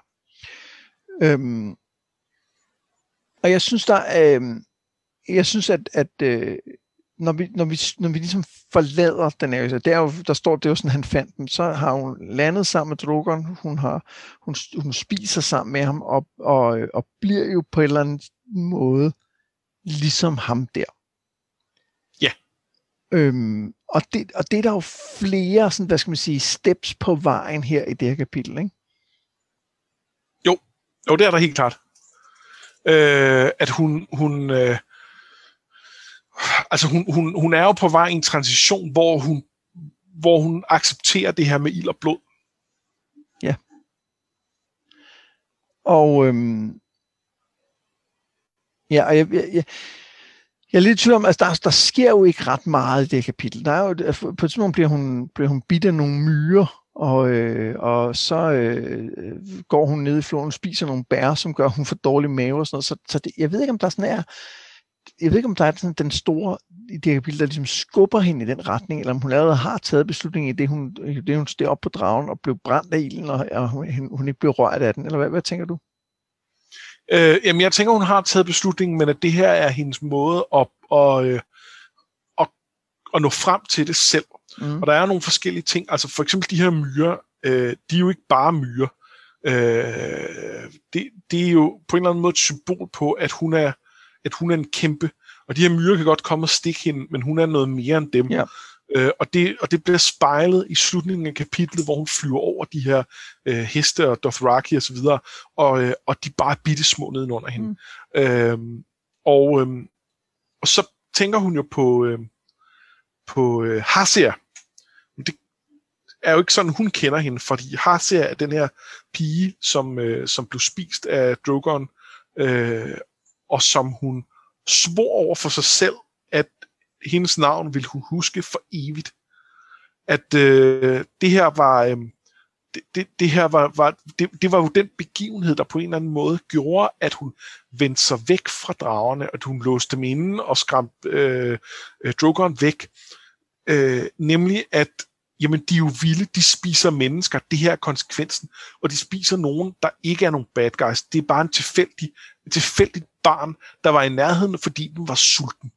Og jeg synes, at når vi ligesom forlader Daenerys, der står det jo sådan, han fandt dem, så har hun landet sammen med Drogon, hun spiser sammen med ham, og bliver jo på en eller anden måde ligesom ham der. Ja. Og det er der jo flere, sådan, hvad skal man sige, steps på vejen her i det her kapitel, ikke? Jo, det er der helt klart. At hun er jo på vej i en transition, hvor hun accepterer det her med ild og blod. Ja. Og jeg er lidt i tvivl om, altså der sker jo ikke ret meget i det kapitel. Der er jo, på et tidspunkt bliver hun bidt af nogle myrer, og så går hun ned i floden og spiser nogle bær, som gør, at hun får dårlig mave og sådan noget. Så det, jeg ved ikke, om der sådan er... Jeg ved ikke, om der er sådan den store i det kapitel, der ligesom skubber hende i den retning, eller om hun allerede har taget beslutningen i det, hun steg op på dragen og blev brændt af ilden, og hun ikke blev rørt af den. Eller hvad tænker du? Jamen, jeg tænker, hun har taget beslutningen, men at det her er hendes måde at nå frem til det selv. Mm. Og der er nogle forskellige ting. Altså for eksempel de her myrer, de er jo ikke bare myrer. Det er jo på en eller anden måde et symbol på, at hun er en kæmpe. Og de her myrer kan godt komme og stikke hende, men hun er noget mere end dem. Ja. Og det bliver spejlet i slutningen af kapitlet, hvor hun flyver over de her heste og Dothraki og så videre, og de bare er bittesmå nedenunder hende. Og så tænker hun jo på Hasia. Det er jo ikke sådan, hun kender hende, fordi Hasia er den her pige, som blev spist af Drogon, og som hun svor over for sig selv, at hendes navn ville hun huske for evigt. At det var jo den begivenhed, der på en eller anden måde gjorde, at hun vendte sig væk fra dragerne, at hun låste dem inde og skræmte Drogon væk. Nemlig at jamen, de er jo vilde, de spiser mennesker, det her er konsekvensen, og de spiser nogen, der ikke er nogen bad guys. Det er bare en tilfældigt barn, der var i nærheden, fordi den var sulten.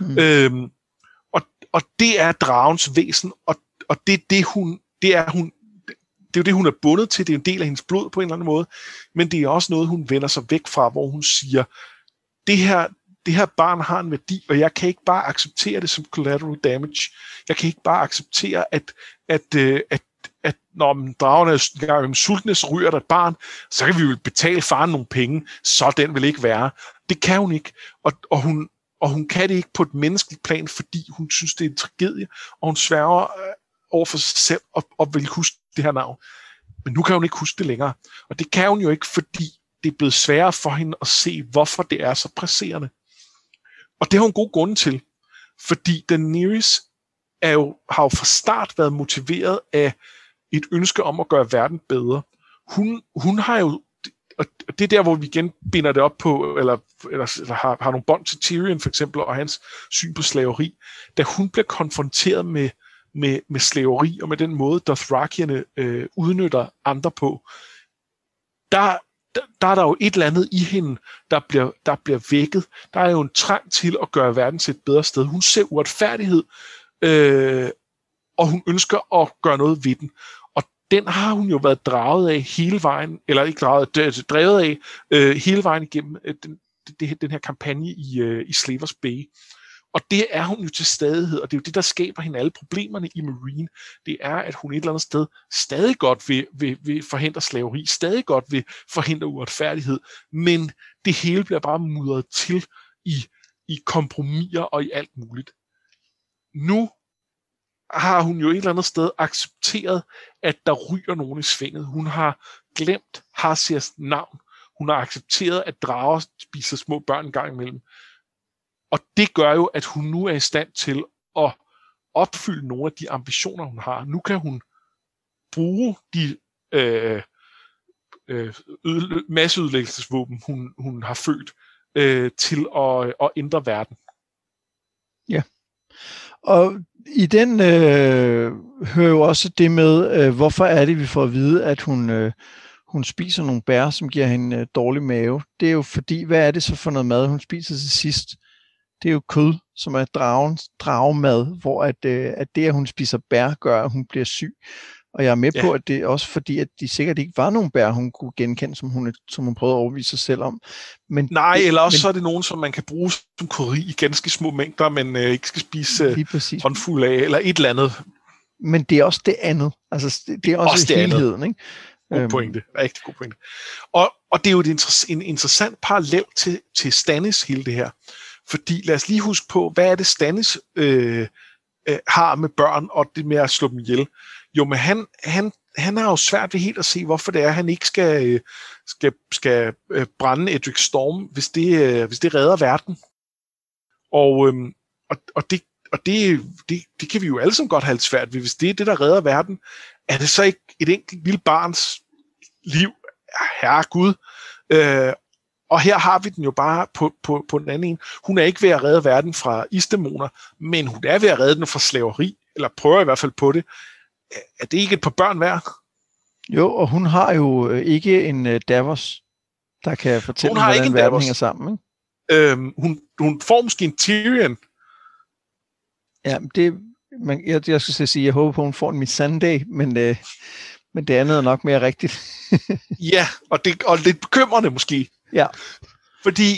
Og det er dragens væsen, og det er jo det, hun er bundet til, det er en del af hendes blod på en eller anden måde, men det er også noget, hun vender sig væk fra, hvor hun siger, det her barn har en værdi, og jeg kan ikke bare acceptere det som collateral damage. Jeg kan ikke bare acceptere, at når dragerne er sultne, så ryger der et barn, så kan vi jo betale faren nogle penge, så den vil ikke være. Det kan hun ikke, og hun kan det ikke på et menneskeligt plan, fordi hun synes, det er en tragedie, og hun sværger over for sig selv og vil huske det her navn. Men nu kan hun ikke huske det længere. Og det kan hun jo ikke, fordi det er blevet sværere for hende at se, hvorfor det er så presserende. Og det har hun god grund til, fordi Daenerys har jo fra start været motiveret af et ønske om at gøre verden bedre. Hun har jo, og det er der, hvor vi igen binder det op på, eller har nogle bånd til Tyrion for eksempel, og hans syn på slaveri. Da hun bliver konfronteret med slaveri, og med den måde, Dothrakierne udnytter andre på, der er der jo et eller andet i hende, der bliver vækket. Der er jo en trang til at gøre verden til et bedre sted. Hun ser uretfærdighed, og hun ønsker at gøre noget ved den. Og den har hun jo været draget af hele vejen, eller ikke drevet af hele vejen igennem den her kampagne i Slavers Bay. Og det er hun jo til stadighed, og det er jo det, der skaber hende alle problemerne i Meereen. Det er, at hun et eller andet sted stadig godt vil forhindre slaveri, stadig godt vil forhindre uretfærdighed, men det hele bliver bare mudret til i kompromiser og i alt muligt. Nu har hun jo et eller andet sted accepteret, at der ryger nogen i svinget. Hun har glemt Harsias navn. Hun har accepteret, at drager spiser små børn en gang imellem. Og det gør jo, at hun nu er i stand til at opfylde nogle af de ambitioner, hun har. Nu kan hun bruge de masseødelæggelsesvåben, hun har født, til at ændre verden. Ja. Og i den hører jo også det med, hvorfor er det, vi får at vide, at hun spiser nogle bær, som giver hende dårlig mave. Det er jo fordi, hvad er det så for noget mad, hun spiser til sidst? Det er jo kød, som er dragemad, hvor at det, at hun spiser bær, gør, at hun bliver syg. Og jeg er med på, at det er også fordi, at de sikkert ikke var nogen bær, hun kunne genkende, som hun prøvede at overbevise sig selv om. Eller også så er det nogen, som man kan bruge som krydderi i ganske små mængder, men ikke skal spise håndfuld af, eller et eller andet. Men det er også det andet. Altså, det er også helheden, ikke? God pointe. Rigtig god pointe. Og det er jo en interessant parallel til Stannis hele det her. Fordi lad os lige huske på, hvad er det Stannis har med børn, og det med at slå dem ihjel. Jo, men han har jo svært ved helt at se, hvorfor det er, at han ikke skal brænde Edric Storm, hvis det redder verden. Og det kan vi jo alle sammen godt have lidt svært ved. Hvis det er det, der redder verden, er det så ikke et enkelt lille barns liv? Herregud. Og her har vi den jo bare på den anden en. Hun er ikke ved at redde verden fra isdæmoner, men hun er ved at redde den fra slaveri, eller prøver i hvert fald på det. Er det ikke et par børn værd? Jo, og hun har jo ikke en Davos, der kan fortælle, hvordan verden hænger sammen. Ikke? Hun får måske en Tyrion. Ja, jeg skal sige, jeg håber på, hun får en Missandei, men det andet er nok mere rigtigt. Ja, og lidt bekymrende måske. Ja. Fordi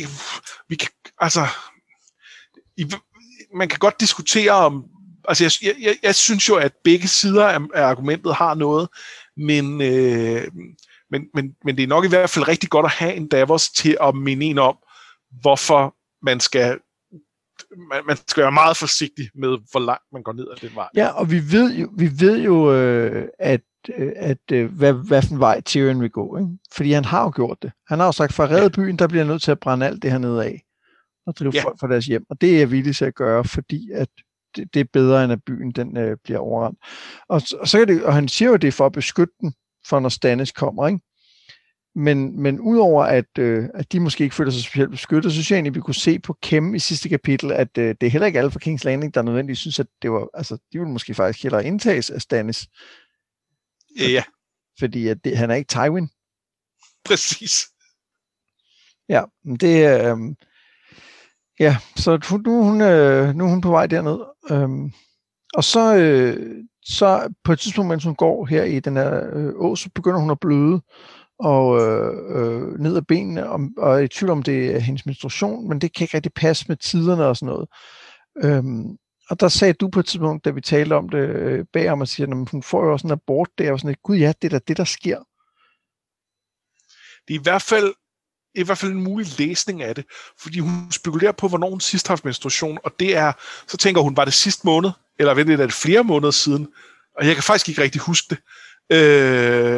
man kan godt diskutere om, altså jeg synes jo, at begge sider af argumentet har noget, men det er nok i hvert fald rigtig godt at have en Davos til at minde en om, hvorfor man skal være meget forsigtig med, hvor langt man går ned ad den vej. Ja, og vi ved jo at hvad for en vej Tyrion vil gå, ikke? Fordi han har jo gjort det. Han har jo sagt, for at redde byen, der bliver nødt til at brænde alt det her ned af og drive folk fra deres hjem. Og det er jeg villig til at gøre, fordi at det er bedre, end at byen den bliver overrendt. Og så kan det, og han siger jo, det er for at beskytte den, for når Stannis kommer, ikke? Men udover at de måske ikke føler sig specielt beskyttet, så synes jeg egentlig, vi kunne se på Kem i sidste kapitel, at det er heller ikke alle fra King's Landing, der nødvendigvis synes, at det var, altså de ville måske faktisk hellere indtages af Stannis. Ja. Fordi at han er ikke Tywin. Præcis. Ja, det er... ja, så nu er hun på vej derned. Og så på et tidspunkt, mens hun går her i den her å, så begynder hun at bløde og ned ad benene, og er i tvivl om, det er hendes menstruation, men det kan ikke rigtig passe med tiderne og sådan noget. Og der sagde du på et tidspunkt, da vi talte om det bagom, og siger, at hun får jo også en abort der, og sådan et, gud ja, det er det, der sker. Det er i hvert fald en mulig læsning af det, fordi hun spekulerer på, hvornår hun sidst har haft menstruation, og det er, så tænker hun, var det sidste måned, eller er det flere måneder siden, og jeg kan faktisk ikke rigtig huske det.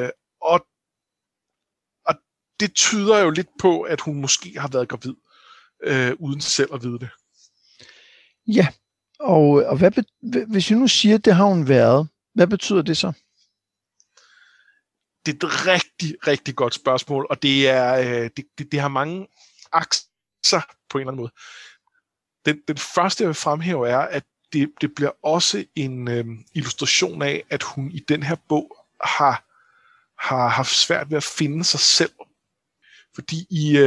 Og det tyder jo lidt på, at hun måske har været gravid. uden selv at vide det. Ja, og hvis vi nu siger, at det har hun været, hvad betyder det så? Det er et rigtig, rigtig godt spørgsmål, og det er det har mange akser på en eller anden måde. Den første, jeg vil fremhæve, er, at det bliver også en illustration af, at hun i den her bog har haft svært ved at finde sig selv. Fordi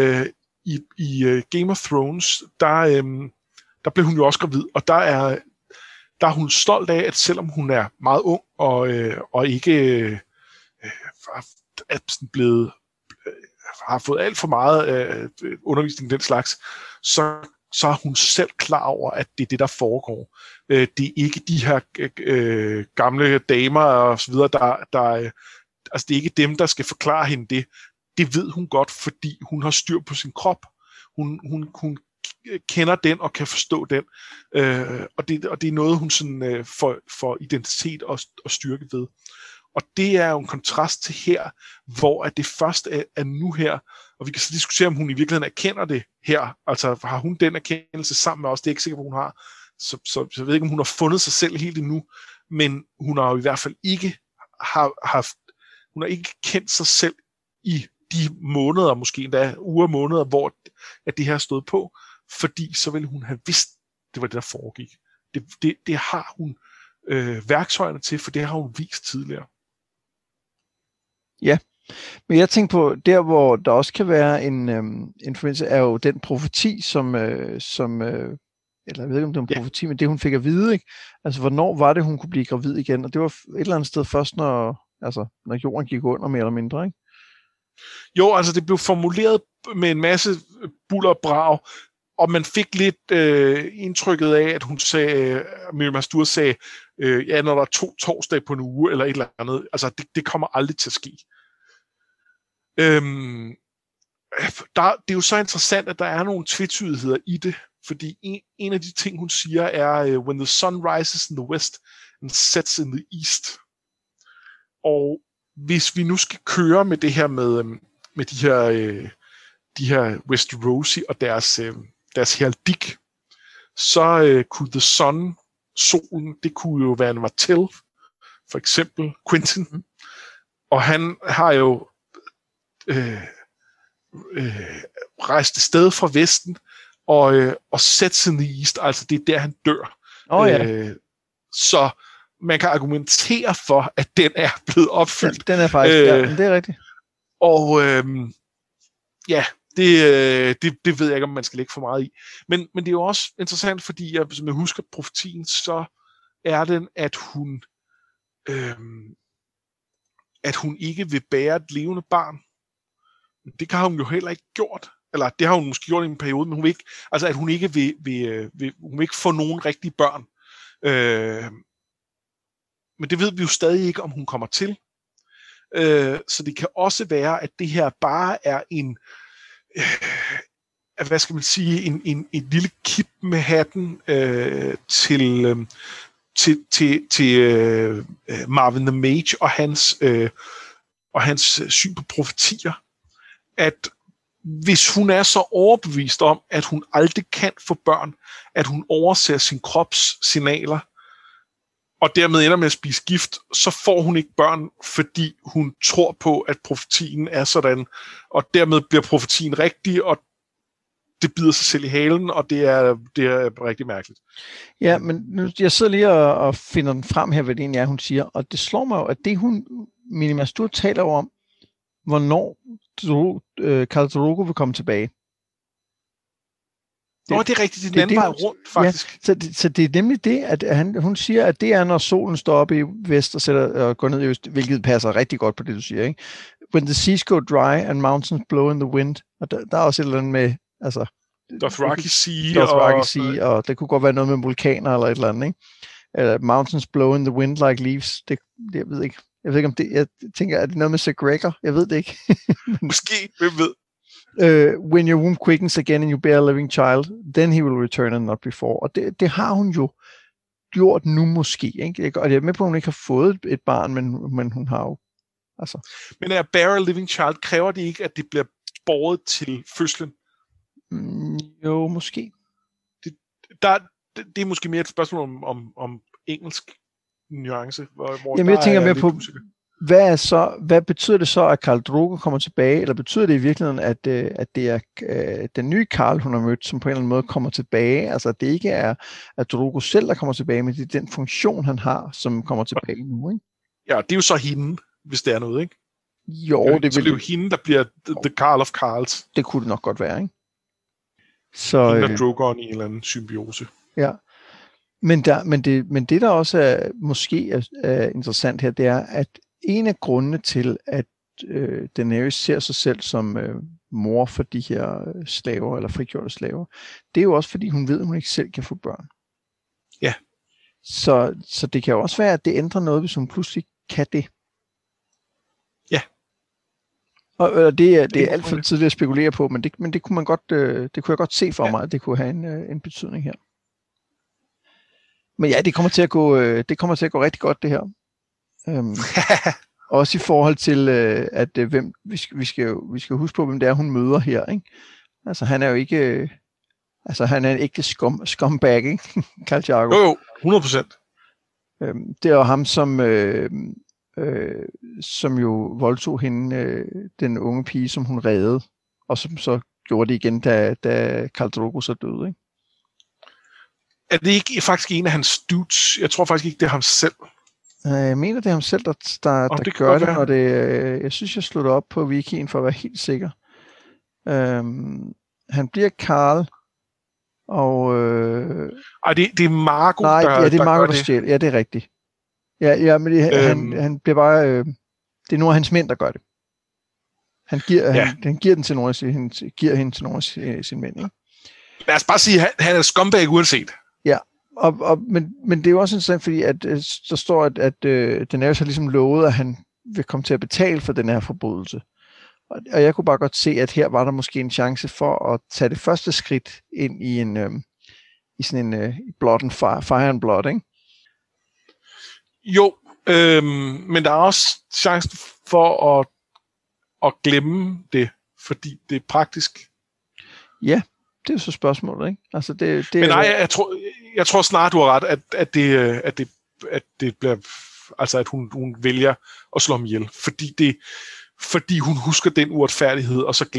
i Game of Thrones, der blev hun jo også gravid, og der er hun stolt af, at selvom hun er meget ung og ikke er blevet har fået alt for meget undervisning den slags, så er hun selv klar over, at det er det, der foregår. Det er ikke de her gamle damer og så videre, altså det er ikke dem, der skal forklare hende det. Det ved hun godt, fordi hun har styr på sin krop. Hun kender den og kan forstå den. Og det er noget, hun sådan, får identitet og styrke ved. Og det er jo en kontrast til her, hvor at det først er nu her, og vi kan så diskutere, om hun i virkeligheden erkender det her. Altså har hun den erkendelse sammen med os? Det er ikke sikkert, hvor hun har. Så jeg ved ikke, om hun har fundet sig selv helt endnu, men hun har jo i hvert fald ikke hun har ikke kendt sig selv i de måneder, måske endda uger måneder, hvor at det her stod på, fordi så ville hun have vidst, det var det, der foregik. Det har hun værktøjerne til, for det har hun vist tidligere. Ja, men jeg tænker på, der hvor der også kan være en forbindelse, er jo den profeti, som eller jeg ved ikke, om det var en profeti, men det hun fik at vide, ikke? Altså, hvornår var det, hun kunne blive gravid igen? Og det var et eller andet sted først, når jorden gik under, mere eller mindre, ikke? Jo, altså det blev formuleret med en masse buller og brag, og man fik lidt indtrykket af, at hun sagde, Miriam Mastur sagde, når der er 2 torsdage på en uge, eller et eller andet. Altså, det kommer aldrig til at ske. Det er jo så interessant, at der er nogle tvetydigheder i det, fordi en af de ting, hun siger, er, when the sun rises in the west and sets in the east. Og hvis vi nu skal køre med det her med de her Westerosi og deres heraldik, så kunne the sun, solen, det kunne jo være en Martell, for eksempel Quentin, og han har jo rejst et sted fra vesten og sat in the east, altså det er der han dør. Så man kan argumentere for, at den er blevet opfyldt. Den er faktisk, det er rigtigt. Og det ved jeg ikke, om man skal lægge for meget i. Men det er jo også interessant, fordi som jeg husker profetien, så er den, at hun ikke vil bære et levende barn. Det har hun jo heller ikke gjort. Eller det har hun måske gjort i en periode, men hun vil ikke, altså at hun ikke hun vil ikke få nogen rigtige børn. Men det ved vi jo stadig ikke, om hun kommer til. Så det kan også være, at det her bare er hvad skal man sige, en lille kip med hatten til Marvin the Mage og hans syn på profetier. At hvis hun er så overbevist om, at hun aldrig kan få børn, at hun overser sin krops signaler, og dermed ender med at spise gift, så får hun ikke børn, fordi hun tror på, at profetien er sådan, og dermed bliver profetien rigtig, og det bider sig selv i halen, og det er rigtig mærkeligt. Ja, men nu, jeg sidder lige og finder den frem her, hvad det egentlig er, hun siger, og det slår mig jo, at det hun, Miriam Mastur taler om, hvornår Khal Drogo vil komme tilbage. Det er rigtigt, det er den anden vej rundt, faktisk. Ja, så det er nemlig det, at hun siger, at det er, når solen står op i vest og går ned i øst, hvilket passer rigtig godt på det, du siger, ikke? When the seas go dry and mountains blow in the wind. Og der er også et eller andet med, altså... Dothraki Sea, og det kunne godt være noget med vulkaner eller et eller andet, ikke? Eller mountains blow in the wind like leaves. Jeg ved ikke. Jeg ved ikke, om det... Jeg tænker, er det noget med Sir Gregor? Jeg ved det ikke. Måske, hvem ved? When your womb quickens again and you bear a living child, then he will return and not before. Og det har hun jo gjort nu måske, ikke? Og jeg er med på, at hun ikke har fået et barn, men hun har jo... Altså. Men at bear a living child, kræver det ikke, at det bliver båret til fødslen? Jo, måske. Det er måske mere et spørgsmål om engelsk nuance, hvor Jamen, der jeg tænker er mere lidt på, usikker. hvad betyder det så, at Khal Drogo kommer tilbage, eller betyder det i virkeligheden, at det er den nye Khal, hun har mødt, som på en eller anden måde kommer tilbage? Altså, at det ikke er at Drogo selv, der kommer tilbage, men det er den funktion, han har, som kommer tilbage nu, ikke? Ja, det er jo så hende, hvis det er noget, ikke? Jo, det er jo hende, der bliver the Carl of Carls. Det kunne det nok godt være, ikke? Så, hende og Drogon i en eller anden symbiose. Ja. Men det, der også er måske er interessant her, det er, at en af grundene til, at Daenerys ser sig selv som mor for de her slaver, eller frigjorte slaver, det er jo også, fordi hun ved, at hun ikke selv kan få børn. Ja. Så det kan jo også være, at det ændrer noget, hvis hun pludselig kan det. Ja. Og det er alt for tidligt at spekulere på, men det kunne man godt, det kunne jeg godt se for mig, at det kunne have en betydning her. Men ja, det kommer til at gå rigtig godt, det her. Også i forhold til, at hvem vi skal huske på, hvem det er, hun møder her, ikke? Altså, han er jo ikke... han er en ægte scumbag, ikke? Khal Drogo. Jo, 100%. Det er jo ham, som jo voldtog hende, den unge pige, som hun reddede, og som så gjorde det igen, da Khal Drogo så døde, ikke? Er det ikke faktisk en af hans dudes? Jeg tror faktisk ikke, det er ham selv. Jeg mener, det er ham selv, der gør det, og jeg synes, jeg slår det op på wikien for at være helt sikker. Han bliver Carl, og... det er Marco, nej, det er Marco, der stjæler. Ja, det er rigtigt. Ja, men han bliver bare... det er nogle af hans mænd, der gør det. Han giver den til nogle giver hende til nogle af sine mænd, ikke? Lad os bare sige, at han er scumbag uanset. Ja, men det er jo også interessant, fordi at der står, at Daenerys har ligesom lovet, at han vil komme til at betale for den her forbrydelse. Og jeg kunne bare godt se, at her var der måske en chance for at tage det første skridt ind i sådan en blood and fire and blood, ikke? Jo, men der er også chancen for at glemme det, fordi det er praktisk. Ja, det er jo så spørgsmålet, ikke? Altså det men nej, jeg tror snart, du har ret, at det bliver, altså at hun vælger at slå ham ihjel, fordi hun husker den uretfærdighed, og så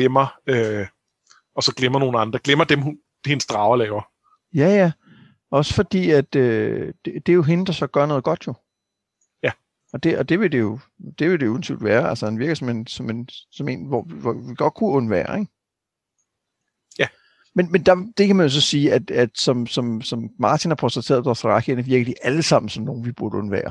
glemmer nogle andre, glemmer dem, hendes drager laver. Ja. Også fordi, at det er jo hende, der så gør noget godt jo. Ja. Og det vil det jo uden tvivl være. Altså han virker som en hvor vi godt kunne undvære, ikke? Ja. Men det kan man jo så sige, at som Martin har portrætteret Dothraki, virker de alle sammen som nogen, vi burde undvære.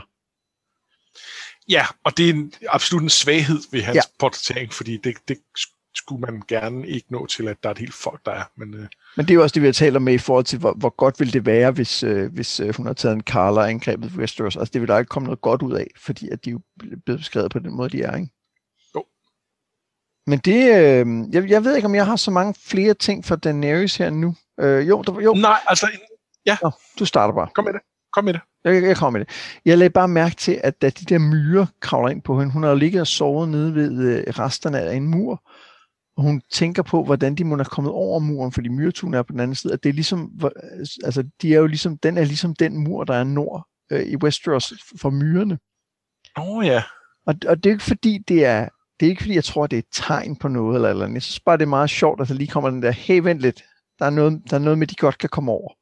Ja, og det er absolut en svaghed ved hans portrættering, fordi det skulle man gerne ikke nå til, at der er et helt folk, der er. Men det er jo også det, vi har talt om med i forhold til, hvor godt ville det være, hvis hun har taget en Carla og angrebet Westeros. Altså det vil der ikke komme noget godt ud af, fordi at de er jo blevet beskrevet på den måde, de er, ikke? Jo. Men det, jeg ved ikke, om jeg har så mange flere ting for Daenerys her nu. Jo. Nej, altså, ja. Nå, du starter bare. Kom med det. Jeg kommer med det. Jeg lagde bare mærke til, at da de der myrer kravler ind på hende, hun har jo ligget og sovet nede ved resterne af en mur, og hun tænker på, hvordan de må have kommet over muren, fordi myretun er på den anden side, at det er ligesom, altså de er jo ligesom, den er ligesom den mur, der er nord i Westeros for myrerne. Ja. Og det er ikke fordi, det er ikke fordi, jeg tror, det er et tegn på noget eller andet. Jeg synes bare, det er meget sjovt, at der lige kommer den der, hey, vent lidt, der er noget med, de godt kan komme over.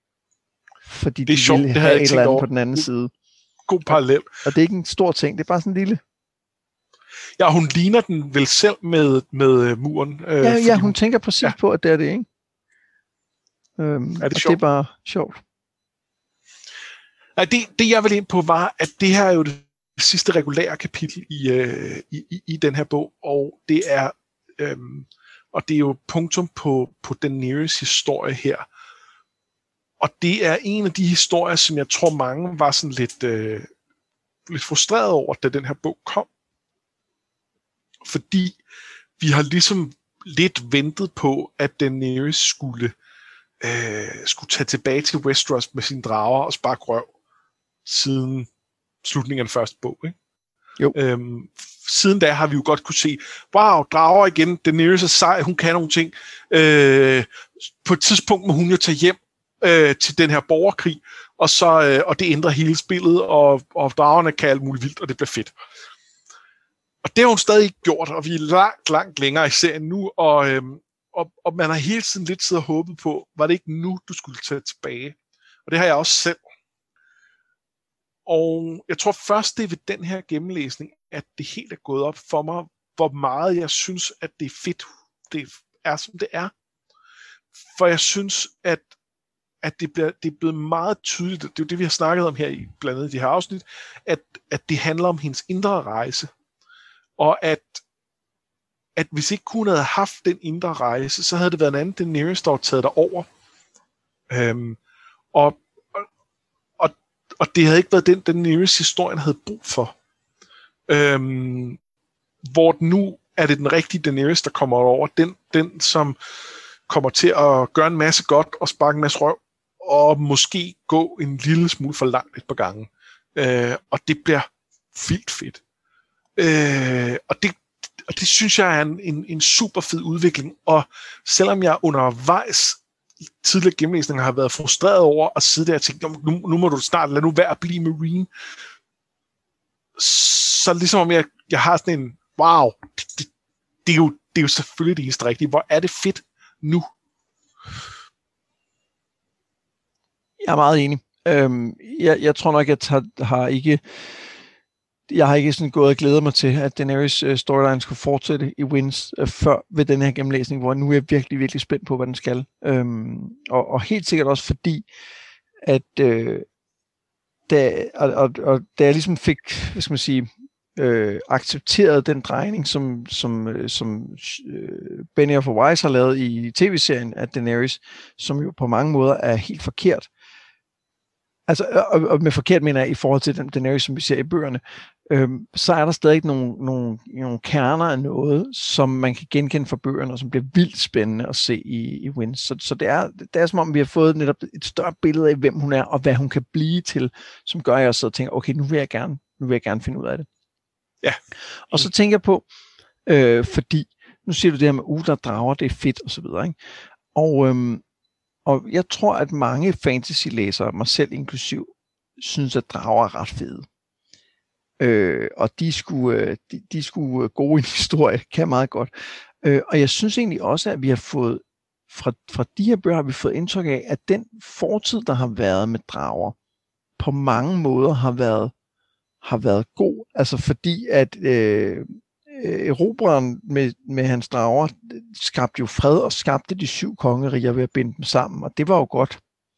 Fordi det er de sjovt, vil det have et eller andet på den anden side. God parallel. Og det er ikke en stor ting, det er bare sådan en lille. Ja, hun ligner den vel selv med muren. Ja, hun tænker præcis på, at det er det, ikke? Er det og sjovt? Det er bare sjovt. Nej, det jeg ville ind på var, at det her er jo det sidste regulære kapitel i den her bog, og det er jo punktum på Daenerys historie her. Og det er en af de historier, som jeg tror mange var sådan lidt frustreret over, da den her bog kom. Fordi vi har ligesom lidt ventet på, at Daenerys skulle tage tilbage til Westeros med sine drager og sparke røv siden slutningen af den første bog, ikke? Jo. siden da har vi jo godt kunne se, wow, drager igen, Daenerys er sej, hun kan nogle ting. På et tidspunkt må hun jo tage hjem til den her borgerkrig, og det ændrer hele spillet, og dragerne kan alt muligt vildt, og det bliver fedt. Og det har hun stadig ikke gjort, og vi er langt længere i serien nu, og man har hele tiden lidt siddet og håbet på, var det ikke nu, du skulle tage tilbage? Og det har jeg også selv. Og jeg tror først, det er ved den her gennemlæsning, at det helt er gået op for mig, hvor meget jeg synes, at det er fedt, det er, som det er. For jeg synes, at det er blevet meget tydeligt, det er jo det, vi har snakket om her i blandt andet i de her afsnit, at det handler om hendes indre rejse. Og at hvis ikke hun havde haft den indre rejse, så havde det været en anden Daenerys, der var taget derover. Og det havde ikke været den Daenerys historien havde brug for. Hvor nu er det den rigtige Daenerys, der kommer over. Den som kommer til at gøre en masse godt og sparke en masse røv, og måske gå en lille smule for langt et par gange. Og det bliver vildt fedt. Og det synes jeg er en super fed udvikling. Og selvom jeg undervejs i tidligere gennemlæsninger har været frustreret over at sidde der og tænke, nu må du snart lade nu være at blive Marine, så ligesom om jeg har sådan en, wow, det er jo selvfølgelig det eneste rigtige. Hvor er det fedt nu? Jeg er meget enig. Jeg tror nok, jeg har ikke sådan gået og glædet mig til, at Daenerys storyline skulle fortsætte i Winds før ved den her gennemlæsning, hvor nu er jeg virkelig, virkelig spændt på, hvad den skal. Og helt sikkert også fordi, at da jeg ligesom fik, hvad skal man sige, accepteret den drejning, som Benioff og Weiss har lavet i tv-serien af Daenerys, som jo på mange måder er helt forkert. Altså, og med forkert mener jeg i forhold til den Daenerys, som vi ser i bøgerne, så er der stadig nogle kerner af noget, som man kan genkende fra bøgerne, og som bliver vildt spændende at se i Winds. Så det er som om, vi har fået netop et større billede af, hvem hun er, og hvad hun kan blive til, som gør, at jeg så tænker, okay, nu vil jeg gerne finde ud af det. Ja. Og så tænker jeg på, fordi, nu siger du det her med, der drager, det er fedt, og så videre, ikke? Og jeg tror, at mange fantasy-læsere, mig selv inklusiv, synes, at drager er ret fede. Og de skulle gode i en historie, kan meget godt. Og jeg synes egentlig også, at vi har fået, fra de her bøger har vi fået indtryk af, at den fortid, der har været med drager, på mange måder har været god. Altså fordi, at erobreren med hans drager skabte jo fred og skabte de 7 kongeriger ved at binde dem sammen, og det var jo godt.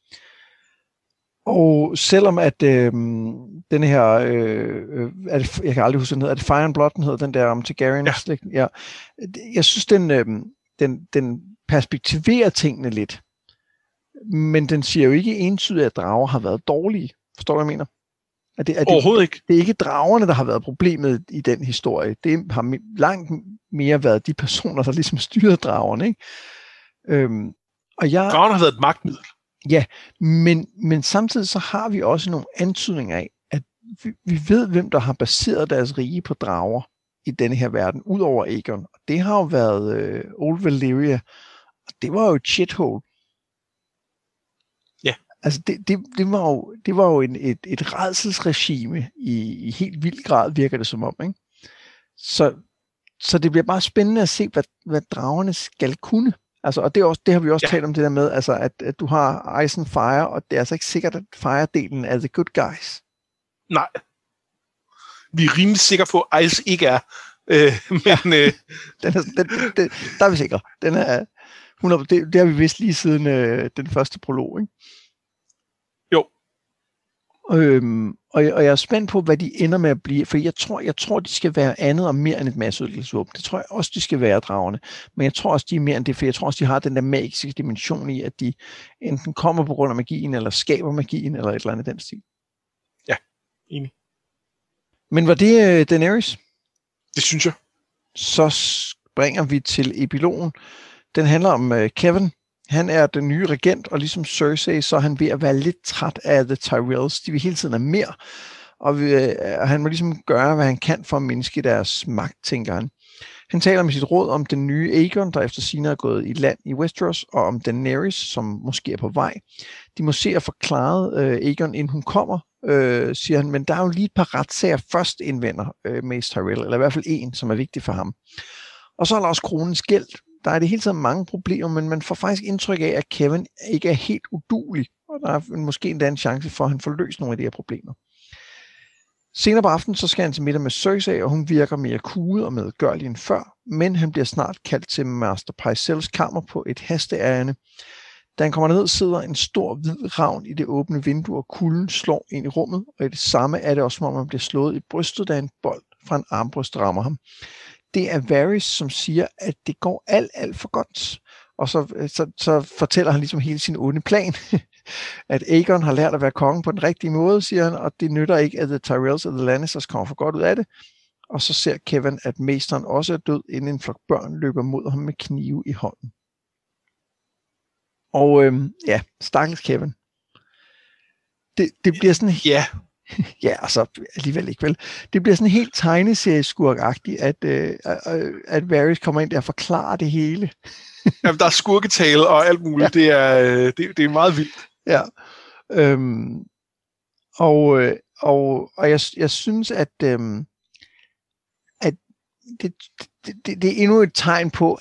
Og selvom at den her, jeg kan aldrig huske, den hedder, er det Fire and Blood, den hedder, den der om Targaryen? Ja. Jeg synes, den perspektiverer tingene lidt, men den siger jo ikke entydigt, at drager har været dårlige. Forstår du, hvad jeg mener? Overhovedet ikke. Det er ikke dragerne, der har været problemet i den historie. Det har langt mere været de personer, der ligesom styrede dragerne, ikke? Dragerne har været et magtmiddel. Ja, men samtidig så har vi også nogle antydninger af, at vi ved, hvem der har baseret deres rige på drager i denne her verden, ud over Aegon. Og det har jo været Old Valyria, og det var jo et shithole. Ja. Altså, det var jo et rædselsregime i helt vild grad, virker det som om, ikke? Så det bliver bare spændende at se, hvad dragerne skal kunne. Altså, og det har vi også talt om det der med, altså, at du har Ice and Fire, og det er altså ikke sikkert, at Fire-delen er the good guys. Nej. Vi er rimelig sikre på, at Ice ikke er. Der er vi sikre. Den er 100%, det har vi vidst lige siden den første prolog, ikke? Jo. Og jeg er spændt på, hvad de ender med at blive, for jeg tror, de skal være andet og mere end et masseødelæggelsesvåben. Det tror jeg også, de skal være, dragerne. Men jeg tror også, de er mere end det, for jeg tror også, de har den der magiske dimension i, at de enten kommer på grund af magien, eller skaber magien, eller et eller andet den stil. Ja, enig. Men var det Daenerys? Det synes jeg. Så springer vi til epilogen. Den handler om Kevin. Han er den nye regent, og ligesom Cersei, så er han ved at være lidt træt af The Tyrells. De vil hele tiden have mere, og han må ligesom gøre, hvad han kan for at mindske deres magt, tænker han. Han taler med sit råd om den nye Aegon, der efter sigende er gået i land i Westeros, og om Daenerys, som måske er på vej. De må se at få klaret Aegon, inden hun kommer, siger han, men der er jo lige et par retssager først indvender Mace Tyrell, eller i hvert fald en, som er vigtig for ham. Og så er der også kronens gæld. Der er det hele taget mange problemer, men man får faktisk indtryk af, at Kevin ikke er helt uduelig, og der er måske endda en chance for, at han får løst nogle af de her problemer. Senere på aftenen, så skal han til middag med Cersei, og hun virker mere kuget og medgørlig end før, men han bliver snart kaldt til Master Pycelles kammer på et hasteærende. Da han kommer ned, sidder en stor hvid ravn i det åbne vindue, og kulden slår ind i rummet, og i det samme er det også, som om man bliver slået i brystet, da en bold fra en armbryst rammer ham. Det er Varys, som siger, at det går alt for godt. Og så fortæller han ligesom hele sin onde plan, at Aegon har lært at være kongen på den rigtige måde, siger han, og det nytter ikke, at The Tyrells og The Lannisters kommer for godt ud af det. Og så ser Kevin, at mesteren også er død, inden en flok børn løber mod ham med knive i hånden. Og stakkels Kevin. Det bliver sådan... Ja. Ja, altså alligevel ikke vel. Det bliver sådan helt tegneserieskurkagtigt, at Varys kommer ind der og forklarer det hele. Jamen, der er skurketale og alt muligt. Ja. Det er meget vildt. Ja. Og jeg synes, at det er endnu et tegn på,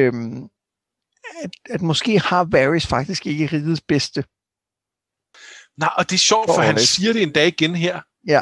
at måske har Varys faktisk ikke rigets bedste. Nej, og det er sjovt, for han siger det en dag igen her. Ja.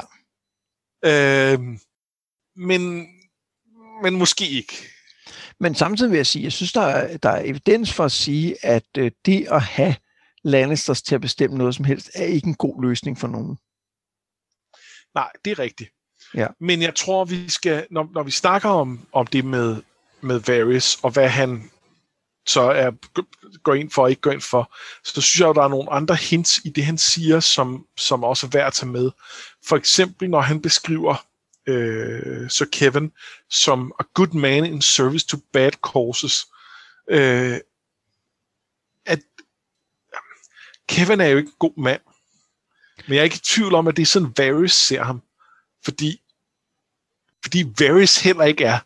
Men måske ikke. Men samtidig vil jeg sige, jeg synes, der er evidens for at sige, at det at have Lannisters til at bestemme noget som helst, er ikke en god løsning for nogen. Nej, det er rigtigt. Ja. Men jeg tror, vi skal, når vi snakker om det med Varys, og hvad han så går ind for og ikke går ind for, så synes jeg, at der er nogle andre hints i det, han siger, som også er værd at tage med. For eksempel, når han beskriver Sir Kevin som a good man in service to bad causes. At Kevin er jo ikke en god mand, men jeg er ikke i tvivl om, at det er sådan, Varys ser ham. Fordi Varys heller ikke er.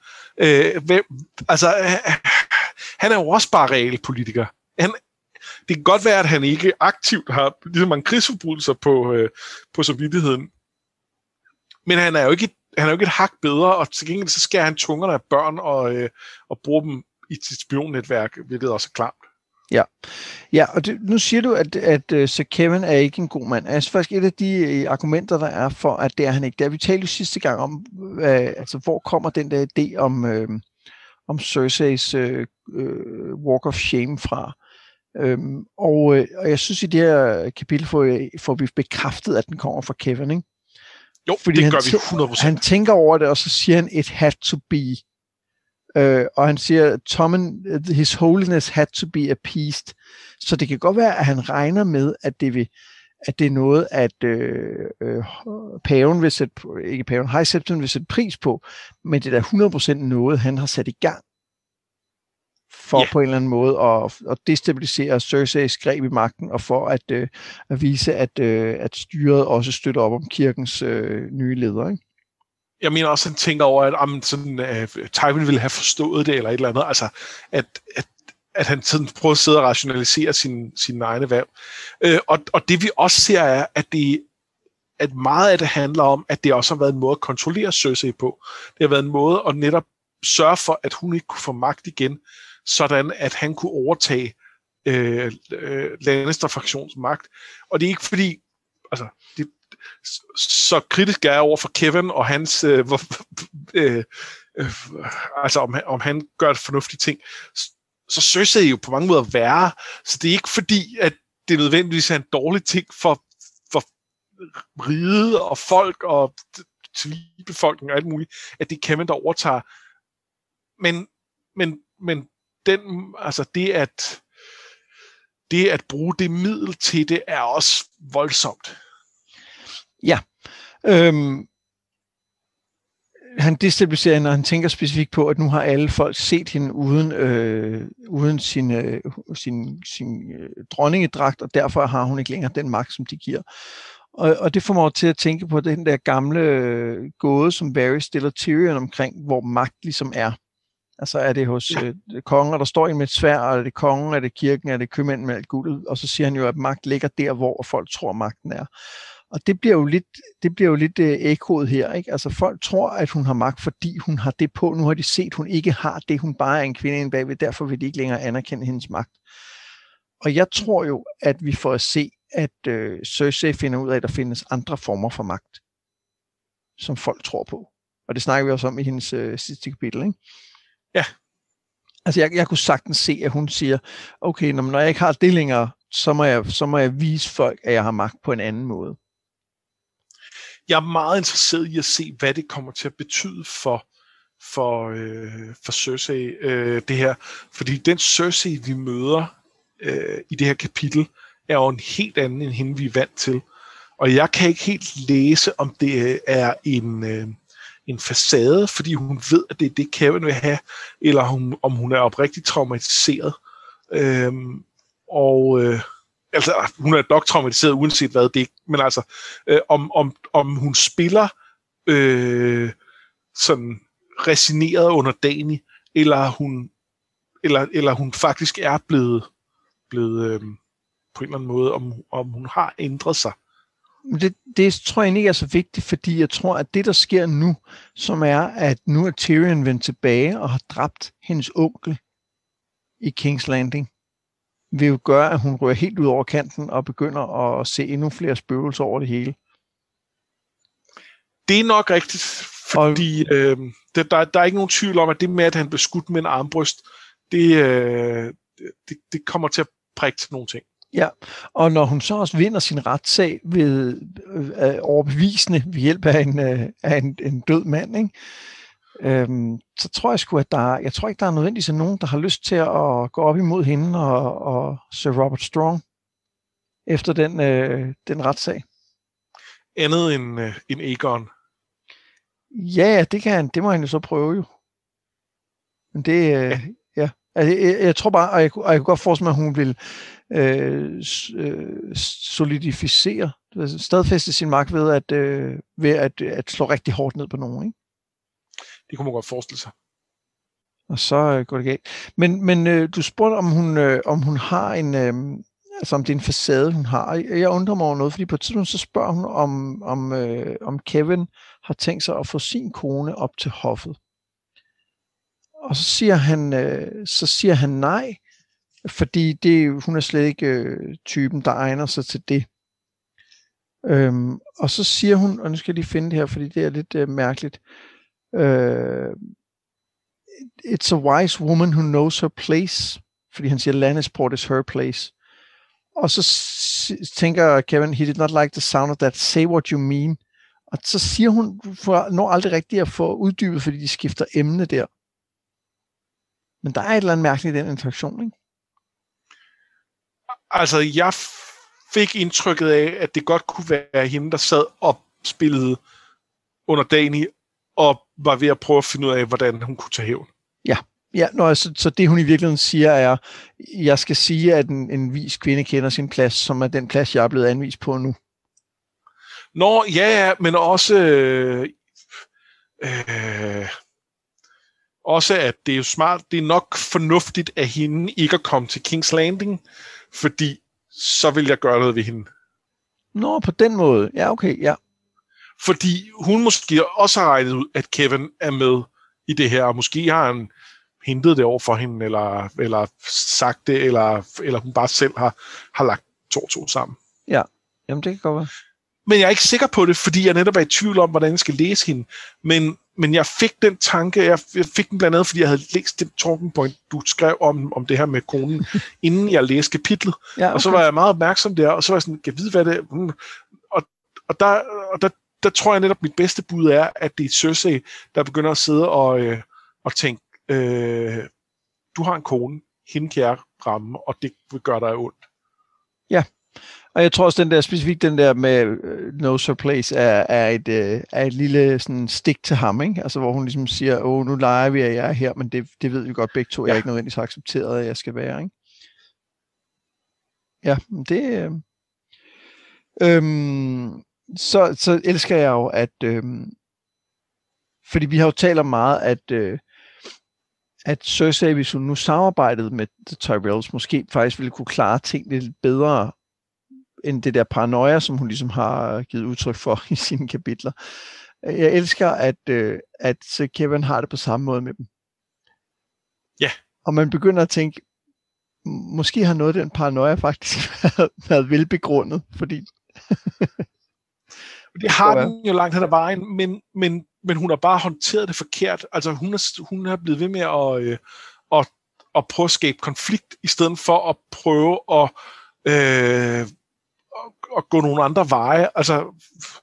Han er jo også bare realpolitiker. Det kan godt være, at han ikke aktivt har lige så mange krigsforbrydelser på samvittigheden. Men han er jo ikke et hak bedre, og til gengæld så skærer han tungerne af børn og bruger dem i sit spionnetværk, hvilket også er klart. Ja, og nu siger du, at Sir Kevin er ikke en god mand. Altså faktisk et af de argumenter, der er for, at det er han ikke. Der vi talte jo sidste gang om, hvor kommer den der idé om Cerseis walk of shame fra. Og jeg synes, i det her kapitel får vi bekræftet, at den kommer fra Kevin, ikke? Jo, fordi det gør vi 100%. Han tænker over det, og så siger han, it had to be. Og han siger, Tommen, his holiness had to be appeased. Så det kan godt være, at han regner med, at det er noget, at paven vil sætte, ikke paven, High Septon vil sætte pris på, men det er da 100% noget, han har sat i gang for på en eller anden måde at destabilisere Cerseis greb i magten, og for at vise, at styret også støtter op om kirkens nye ledere, ikke? Jeg mener også, at han tænker over, at Tywin ville have forstået det, eller et eller andet. Altså, at han sådan prøver at sidde og rationalisere sin egne valg. Og det vi også ser er, at meget af det handler om, at det også har været en måde at kontrollere Cersei på. Det har været en måde at netop sørge for, at hun ikke kunne få magt igen, sådan at han kunne overtage Lannister-fraktions magt. Og det er ikke fordi, altså, så kritisk er jeg over for Kevin og hans, om han gør fornuftige ting, så Cersei er jo på mange måder værre. Så det er ikke fordi, at det nødvendigvis er en dårlig ting for riget og folk og civilbefolkningen og alt muligt, at det er Kevin, der overtager. Men det at bruge det middel til det er også voldsomt. Ja. Han destabiliserer, når han tænker specifikt på, at nu har alle folk set hende uden sin dronningedragt, og derfor har hun ikke længere den magt, som de giver. Og det får mig til at tænke på den der gamle gåde, som Varys stiller Tyrion omkring, hvor magt ligesom er. Altså er det hos kongen, der står i med et sværd, og er det kongen, er det kirken, er det købmanden med alt guldet, og så siger han jo, at magt ligger der, hvor folk tror, magten er. Og det bliver jo lidt ekkoet her, ikke? Altså folk tror, at hun har magt, fordi hun har det på. Nu har de set, at hun ikke har det, hun bare er en kvinde inde bagved, derfor vil de ikke længere anerkende hendes magt. Og jeg tror jo, at vi får at se, at Cersei finder ud af, at der findes andre former for magt, som folk tror på. Og det snakker vi også om i hendes sidste kapitel, ikke? Ja. Altså jeg kunne sagtens se, at hun siger, okay, når jeg ikke har det længere, så må jeg vise folk, at jeg har magt på en anden måde. Jeg er meget interesseret i at se, hvad det kommer til at betyde for Cersei, det her. Fordi den Cersei, vi møder i det her kapitel, er jo en helt anden end hende, vi er vant til. Og jeg kan ikke helt læse, om det er en facade, fordi hun ved, at det er det, Kevin vil have, eller om hun er oprigtigt traumatiseret. Altså, hun er nok traumatiseret, uanset hvad det er, men altså, om hun spiller sådan resigneret under Dany, eller hun faktisk er blevet på en eller anden måde, om hun har ændret sig. Det tror jeg ikke er så vigtigt, fordi jeg tror, at det, der sker nu, som er, at nu er Tyrion vendt tilbage og har dræbt hendes onkel i King's Landing, vil jo gøre, at hun rører helt ud over kanten og begynder at se endnu flere spøgelser over det hele. Det er nok rigtigt, fordi der er ikke nogen tvivl om, at det med, at han blev skudt med en armbryst, det kommer til at prikke til nogle ting. Ja, og når hun så også vinder sin retssag ved overbevisende ved hjælp af en død mand, ikke? Så tror jeg sgu, at jeg tror ikke, der er nødvendigvis nogen, der har lyst til at gå op imod hende og Sir Robert Strong efter den retssag. Andet end Aegon. Ja, det må han jo så prøve jo. Men det, ja. Altså, jeg tror bare, og jeg kunne godt forestille mig, at hun vil solidificere, stadfæste sin magt ved at slå rigtig hårdt ned på nogen, ikke? Det kunne man godt forestille sig. Og så går det galt. Men du spurgte, om hun har en, altså om det er en facade, hun har. Jeg undrer mig over noget, fordi på et tidspunkt så spørger hun, om Kevin har tænkt sig at få sin kone op til hoffet. Og så siger han nej, fordi hun er slet ikke typen, der egner sig til det. Og så siger hun, og nu skal jeg lige finde det her, fordi det er lidt mærkeligt. It's a wise woman who knows her place, fordi han siger, Lannisport is her place. Og så tænker Kevin, he did not like the sound of that, say what you mean. Og så siger hun, når aldrig rigtigt at få uddybet, fordi de skifter emne der. Men der er et eller andet mærkeligt i den interaktion, ikke? Altså, jeg fik indtrykket af, at det godt kunne være hende, der sad og spillede under Dany, og var ved at prøve at finde ud af, hvordan hun kunne tage hævn. Ja, så det hun i virkeligheden siger er, jeg skal sige, at en vis kvinde kender sin plads, som er den plads, jeg er blevet anvist på nu. Nå, ja, men også at det er jo smart, det er nok fornuftigt af hende ikke at komme til King's Landing, fordi så vil jeg gøre noget ved hende. Nå, på den måde. Ja, okay, ja. Fordi hun måske også har regnet ud, at Kevin er med i det her, og måske har han hentet det over for hende, eller sagt det, eller hun bare selv har lagt to sammen. Ja, jamen det kan godt være. Men jeg er ikke sikker på det, fordi jeg netop er i tvivl om, hvordan jeg skal læse hende. Men jeg fik den tanke, jeg fik den blandt andet, fordi jeg havde læst det talking point, du skrev om det her med konen, inden jeg læste kapitlet. Ja, okay. Og så var jeg meget opmærksom der, og så var jeg sådan, kan jeg vide, hvad det er? Og der tror jeg netop, mit bedste bud er, at det er Cersei, der begynder at sidde og tænke, du har en kone, hende kan jeg ramme, og det vil gøre dig ondt. Ja. Og jeg tror også, specifikt den der med knows her place er et lille sådan stik til ham, ikke? Altså hvor hun ligesom siger, nu leger vi, at jeg er her, men det ved vi godt begge to, jeg er ikke nødvendigvis accepteret, at jeg skal være, ikke? Ja, Så elsker jeg jo, at fordi vi har jo talt om meget, at Cersei, hvis hun nu samarbejdede med The Tyrells, måske faktisk ville kunne klare ting lidt bedre, end det der paranoia, som hun ligesom har givet udtryk for i sine kapitler. Jeg elsker, at Kevin har det på samme måde med dem. Ja. Og man begynder at tænke, måske har noget af den paranoia faktisk været velbegrundet, fordi... det har den jo langt hen ad vejen, men hun har bare håndteret det forkert. Altså hun er blevet ved med at prøve at skabe konflikt, i stedet for at prøve at gå nogle andre veje. Altså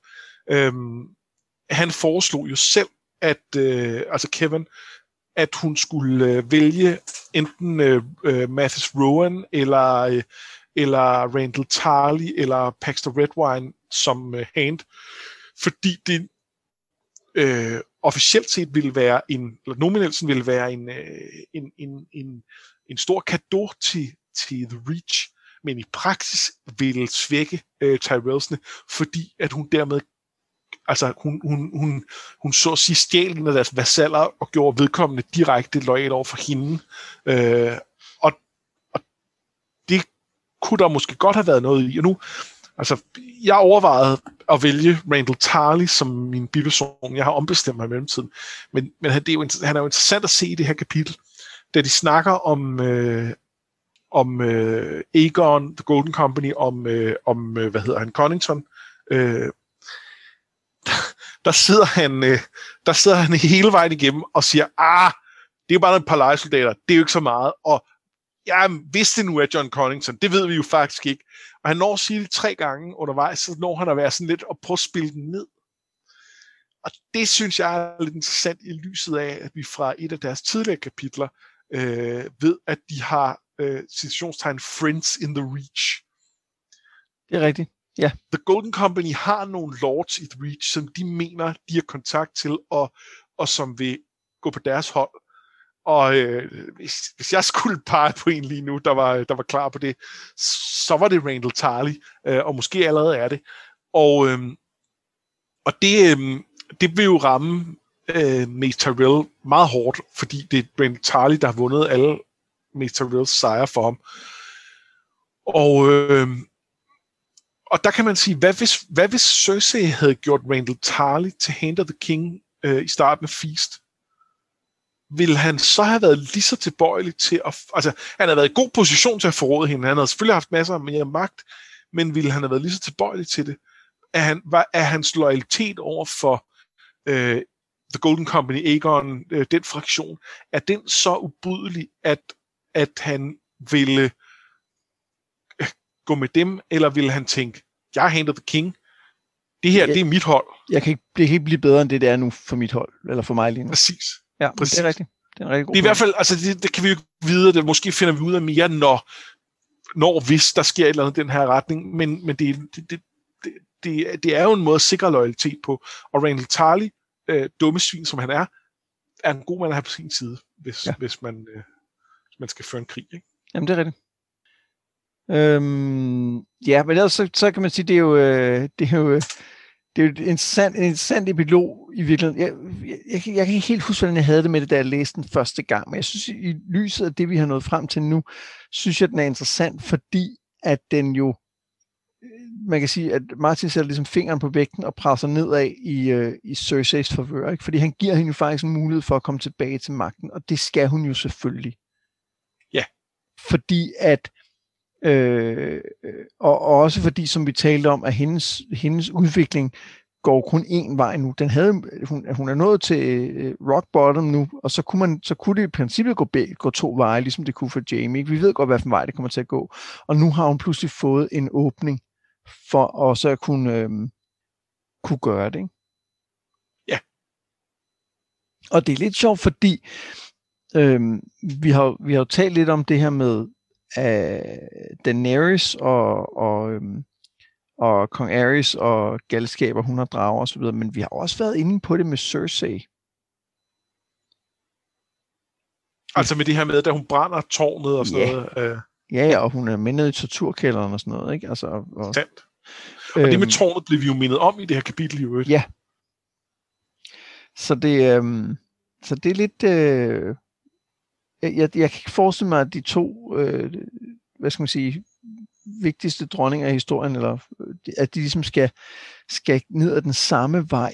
han foreslog jo selv, at altså Kevin, at hun skulle vælge enten Mathis Rowan eller Randall Tarly eller Paxter Redwine som Hand, fordi det officielt set ville være eller nominelt ville være en stor cadeau til The Reach, men i praksis ville svække Tyrellsene, fordi at hun dermed altså hun så at sige stjæl en af deres vasaller og gjorde vedkommende direkte loyal over for hende. Og det kunne der måske godt have været noget i. Og nu, altså, jeg overvejede at vælge Randall Tarly som min biperson. Jeg har ombestemt mig i mellemtiden. Men han er jo interessant at se i det her kapitel, da de snakker om Aegon, The Golden Company, om hvad hedder han, Connington. Der sidder han hele vejen igennem og siger, det er jo bare nogle par lejesoldater, det er jo ikke så meget, og ja, hvis det nu er John Connington, det ved vi jo faktisk ikke. Og han når at sige det 3 gange undervejs, så når han at være sådan lidt og prøve at spille den ned. Og det synes jeg er lidt interessant i lyset af, at vi fra et af deres tidligere kapitler ved, at de har citationstegn friends in the Reach. Det er rigtigt. Ja. The Golden Company har nogle lords i The Reach, som de mener, de har kontakt til, og som vil gå på deres hold. Og hvis jeg skulle pege på en lige nu, der var klar på det, så var det Randall Tarly, og måske allerede er det. Og det vil jo ramme Mace Tyrell meget hårdt, fordi det er Randall Tarly, der har vundet alle Mace Tyrells sejre for ham. Og der kan man sige, hvad hvis Cersei havde gjort Randall Tarly til Hand of the King i starten af Feast? Ville han så have været lige så tilbøjelig til at... Altså, han havde været i god position til at forråde hende. Han havde selvfølgelig haft masser af mere magt, men ville han have været lige så tilbøjelig til det? Er hans loyalitet over for The Golden Company, Aegon, den fraktion, er den så ubrydelig, at han ville gå med dem, eller ville han tænke, jeg er Hand of the King, det er mit hold. Det kan ikke blive bedre, end det er nu for mit hold, eller for mig lige nu. Præcis. Ja, præcis. Det er rigtigt. Det er en rigtig god det er i hvert fald, altså det kan vi jo ikke vide, det måske finder vi ud af mere, når hvis der sker et eller andet i den her retning, men det er jo en måde at sikre loyalitet på, og Randall Tarly, dumme svin som han er en god mand at have på sin side, hvis man skal føre en krig, ikke? Jamen det er rigtigt. Ja, men ellers så kan man sige, det er jo en interessant epilog i virkeligheden. Jeg kan ikke helt huske, hvordan jeg havde det med det, da jeg læste den første gang, men jeg synes, i lyset af det, vi har nået frem til nu, synes jeg, den er interessant, fordi at den jo, man kan sige, at Martin sætter ligesom fingeren på vægten og presser nedad i Cerseis favør, ikke? Fordi han giver hende jo faktisk en mulighed for at komme tilbage til magten, og det skal hun jo selvfølgelig. Ja. Fordi at og også fordi, som vi talte om, at hendes udvikling går kun én vej nu. Hun er nået til rock bottom nu, og så kunne det i princippet gå 2 veje, ligesom det kunne for Jaime. Vi ved godt, hvilken vej det kommer til at gå. Og nu har hun pludselig fået en åbning for også at kunne gøre det, ikke? Ja. Og det er lidt sjovt, fordi vi har jo talt lidt om det her med Daenerys og Kong Aerys og galskaber, 100 drager og så videre, men vi har også været inde på det med Cersei. Altså med det her med, da hun brænder tårnet og sådan noget. Ja, og hun er med nede i torturkælderen og sådan noget, ikke? Altså, Og det med tårnet blev vi jo mindet om i det her kapitel i øvrigt. Ja. Så det er lidt... Jeg kan ikke forestille mig, at de to, hvad skal man sige, vigtigste dronninger i historien, eller at de ligesom skal ned ad den samme vej.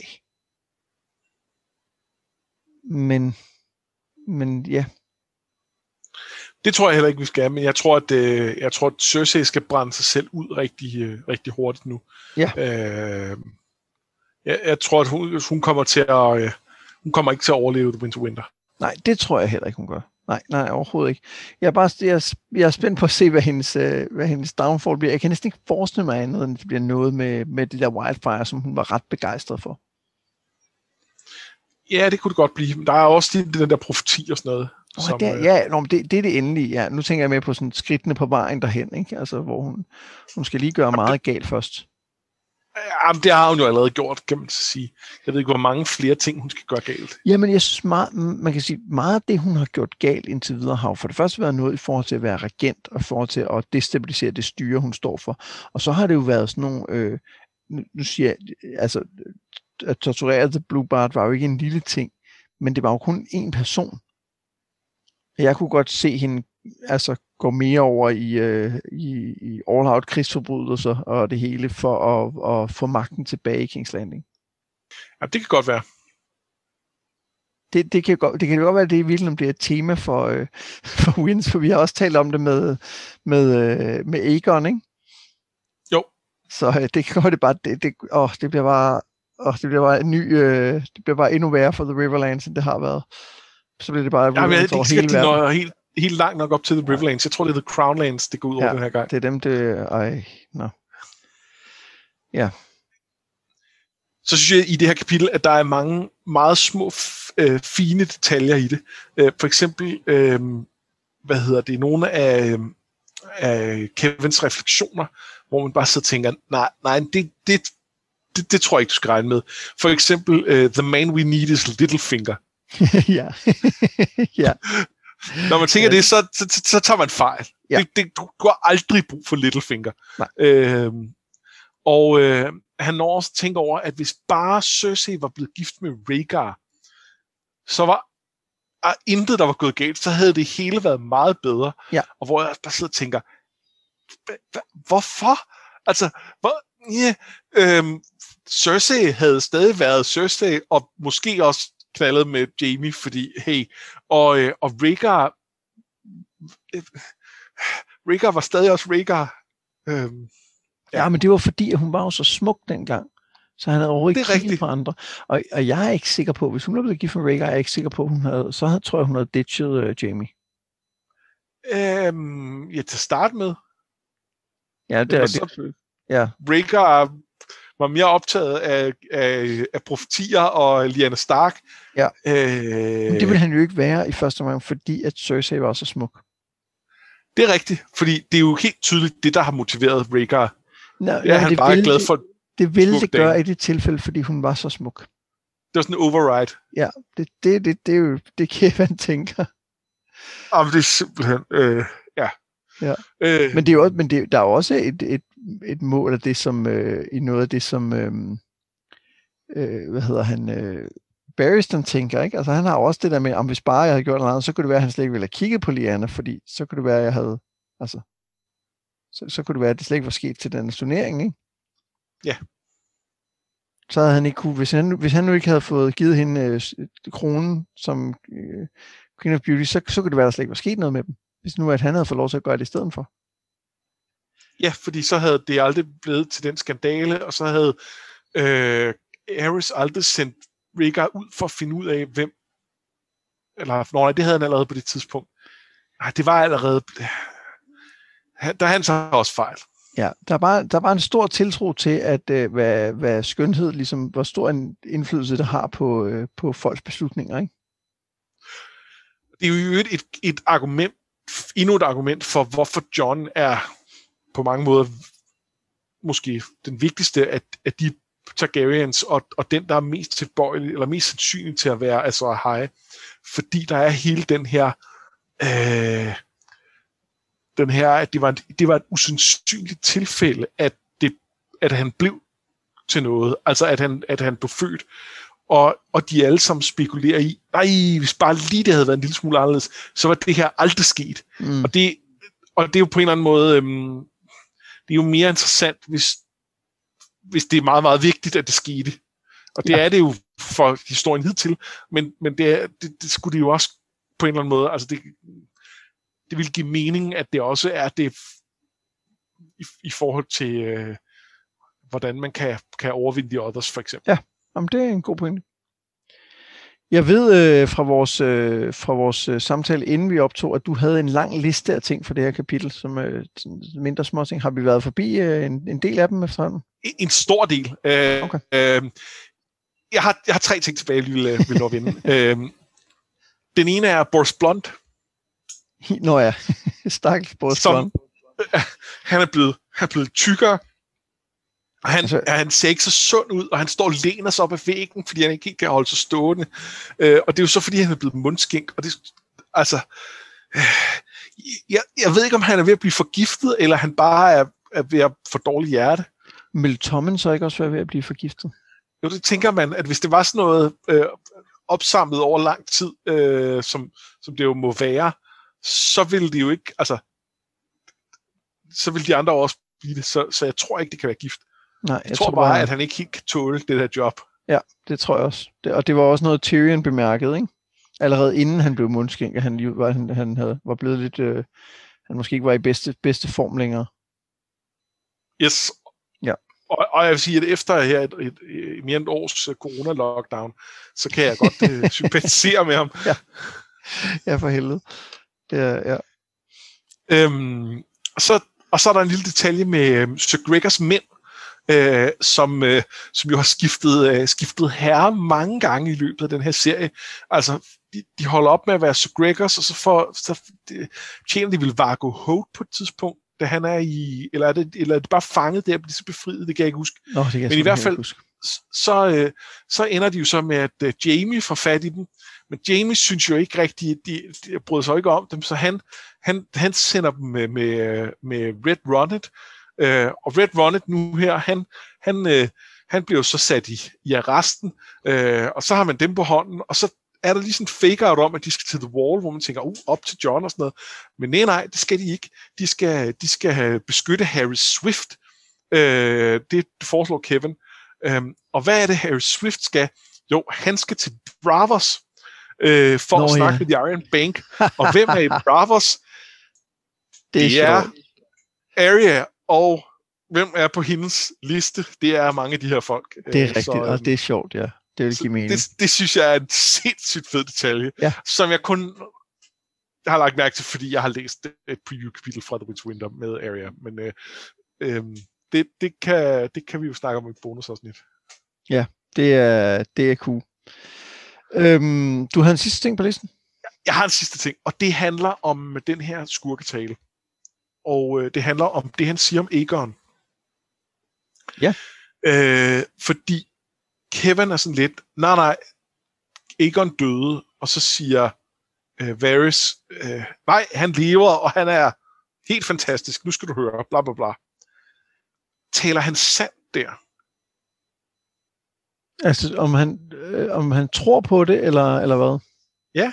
Men ja. Det tror jeg heller ikke, vi skal, men jeg tror, at Cersei skal brænde sig selv ud rigtig hurtigt nu. Ja. Jeg tror, at hun kommer til at... hun kommer ikke til at overleve The Winter. Nej, det tror jeg heller ikke, hun gør. Nej, overhovedet ikke. Jeg er spændt på at se, hvad hendes downfall bliver. Jeg kan næsten ikke forestille mig andet, end det bliver noget med det der Wildfire, som hun var ret begejstret for. Ja, det kunne det godt blive. Der er også den der profeti og sådan noget. Det er det endelige. Ja. Nu tænker jeg mere på sådan skridtene på vejen derhen, ikke? Altså, hvor hun skal lige gøre meget galt først. Jamen, det har hun jo allerede gjort, kan man sige. Jeg ved ikke, hvor mange flere ting, hun skal gøre galt. Jamen, jeg synes man kan sige, meget af det, hun har gjort galt indtil videre, har for det første været noget i forhold til at være regent, og i forhold til at destabilisere det styre, hun står for. Og så har det jo været sådan nogle, nu siger jeg, altså, at torturere The Blue Bard var jo ikke en lille ting, men det var jo kun én person. Jeg kunne godt se hende gå mere over i all-out krigsforbrydelser og det hele for at få magten tilbage i King's Landing. Ja, det kan godt være. Det kan godt være, at det i virkeligheden bliver et tema for Wins, for vi har også talt om det med Aegon, ikke? Jo. Så det kan godt bare det bliver bare en ny det bliver bare endnu værre for The Riverlands, end det har været. Så bliver det bare over hele verden. Helt langt nok op til The Riverlands. Jeg tror, det er The Crownlands, det går ud over den her gang. Det er dem, Ja. Så synes jeg i det her kapitel, at der er mange meget små, fine detaljer i det. For eksempel, nogle af Kevins refleksioner, hvor man bare sidder og tænker, nej, det tror jeg ikke, du skal regne med. For eksempel, the man we need is Littlefinger. Ja. Ja. Når man tænker det, så tager man fejl. Ja. Du har aldrig brug for Littlefinger. Han når også tænker over, at hvis bare Cersei var blevet gift med Rhaegar, så var intet, der var gået galt, så havde det hele været meget bedre. Ja. Og hvor jeg bare sidder og tænker, hvorfor? Altså, Cersei havde stadig været Cersei, og måske også knaldet med Jaime, fordi, og Rhaegar var stadig også Rhaegar. Ja, men det var fordi, at hun var jo så smuk dengang, så han havde overhovedet ikke kigget på andre. Og jeg er ikke sikker på, hvis hun blev gift med Rhaegar, er jeg ikke sikker på, tror jeg, hun havde ditchet Jaime. Ja, til start med. Ja, det er det. Ja. Rhaegar var mere optaget af profetier og Lyanna Stark. Ja. Men det ville han jo ikke være i første omgang, fordi at Cersei var så smuk. Det er rigtigt, fordi det er jo helt tydeligt det, der har motiveret Rhaegar. Han bare glad for det ville det gøre i det tilfælde, fordi hun var så smuk. Det var sådan en override. Ja, det er jo det Kevin tænker. Jamen, det er simpelthen, ja. Ja. Men det er jo, der er også et mål af det, som i noget af det, som Barristan tænker, ikke? Altså han har også det der med, om hvis bare jeg havde gjort noget andet, så kunne det være, at han slet ikke ville have kigget på Lyanna, fordi så kunne det være, at jeg havde, altså, så kunne det være, at det slet ikke var sket til den turnering, ikke? Ja. Så havde han ikke kunne, hvis han nu ikke havde fået givet hende kronen som Queen of Beauty, så kunne det være, at der slet ikke var sket noget med dem. Hvis nu at han havde fået lov til at gøre det i stedet for. Ja, fordi så havde det aldrig blevet til den skandale, og så havde Aerys aldrig sendt Rhaegar ud for at finde ud af, hvem... Eller, det havde han allerede på det tidspunkt. Nej, det var allerede... Der han så også fejl. Ja, der er bare en stor tiltro til, at hvad skønhed, ligesom, hvor stor en indflydelse det har på folks beslutninger, ikke? Det er jo et argument, endnu et argument for, hvorfor Jon er på mange måder måske den vigtigste af de Targaryens, og den, der er mest tilbøjelig, eller mest sandsynlig til at være Azor Ahai. Fordi der er hele den her, at det var et usandsynligt tilfælde, at han blev til noget. Altså, at han blev født. Og de alle sammen spekulerer i, nej, hvis bare lige det havde været en lille smule anderledes, så var det her aldrig sket. Og det er jo på en eller anden måde, det er jo mere interessant, hvis det er meget, meget vigtigt, at det skete. Og det er det jo for historien hidtil, men det skulle det jo også på en eller anden måde, altså det vil give mening, at det også er det i forhold til, hvordan man kan overvinde de others, for eksempel. Ja, jamen, det er en god pointe. Jeg ved fra vores samtale, inden vi optog, at du havde en lang liste af ting for det her kapitel, som mindre små ting. Har vi været forbi en del af dem efterhånden? En stor del. Okay. Jeg har 3 ting tilbage, vi vil nå vinde. Den ene er Boris Blunt. Nå ja, stakkels Boris Blunt. Han er blevet tykkere. Og han ser ikke så sund ud, og han står og læner sig op ad væggen, fordi han ikke kan holde sig stående. Og det er jo så, fordi han er blevet mundskænk. Og det, altså, jeg ved ikke, om han er ved at blive forgiftet, eller han bare er ved at få dårlig hjerte. Vil Tommen så ikke også være ved at blive forgiftet? Jo, det tænker man, at hvis det var sådan noget opsamlet over lang tid, som det jo må være, så ville det jo ikke, altså, så ville de andre også blive det. Så jeg tror ikke, det kan være gift. Nej, jeg tror bare, at han ikke helt kan tåle det der job. Ja, det tror jeg også. Og det var også noget, Tyrion bemærkede, ikke? Allerede inden han blev mundskænk, at han var blevet lidt... han måske ikke var i bedste form længere. Yes. Ja. Og jeg vil sige, at efter her et mere end et års corona-lockdown, så kan jeg godt sympatisere med ham. Ja, for helvede. Ja. Og så er der en lille detalje med Sir Gregors mænd, som jo har skiftet herre mange gange i løbet af den her serie. Altså, de holder op med at være Sir Gregors, og så tjener de vel Vargo Hoat på et tidspunkt, da han er i, eller er det bare fanget der, bliver så befriet, det kan jeg ikke huske. Nå, det kan men i hvert fald, så ender de jo så med, at Jaime får fat i dem, men Jaime synes jo ikke rigtigt, de bryder sig ikke om dem, så han sender dem med Red Ronnet, og Red Ronnet nu her, han bliver jo så sat i arresten, og så har man dem på hånden, og så er der lige sådan en fake-out om, at de skal til The Wall, hvor man tænker, op til Jon og sådan noget. Men nej, det skal de ikke. De skal beskytte Harry Swift. Det foreslår Kevin. Og hvad er det, Harry Swift skal? Jo, han skal til Braavos for at snakke med The Iron Bank. Og hvem er i Braavos? Det er Arya, og hvem er på hendes liste? Det er mange af de her folk. Det er rigtigt, og det er sjovt, ja. Det vil give mening. Det synes jeg er en sindssygt fed detalje, som jeg kun har lagt mærke til, fordi jeg har læst et preview-kapitel fra The Witch Winter med Arya. Men det kan vi jo snakke om i et bonusafsnit. Ja, det er cool. Du har en sidste ting på listen? Jeg har en sidste ting, og det handler om den her skurketale. Og det handler om det, han siger om Aegon. Ja. Fordi Kevin er sådan lidt, nej, Aegon døde, og så siger Varys, nej, han lever, og han er helt fantastisk, nu skal du høre, bla bla bla. Taler han sandt der? Altså, om han tror på det, eller hvad? Ja.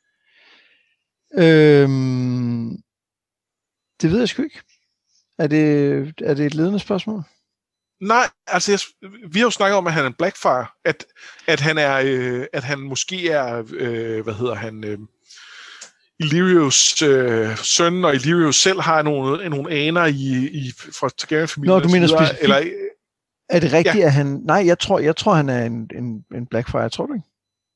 Det ved jeg sgu ikke. Er det et ledende spørgsmål? Nej, altså vi har jo snakket om, at han er en Blackfire, at han er, at han måske er, hvad hedder han, Illyrio's søn, og Illyrios selv har nogle aner fra Targaryen-familien. Nå, du mener specifikt? Eller, er det rigtigt, at han... Nej, jeg tror han er en Blackfire, tror du ikke?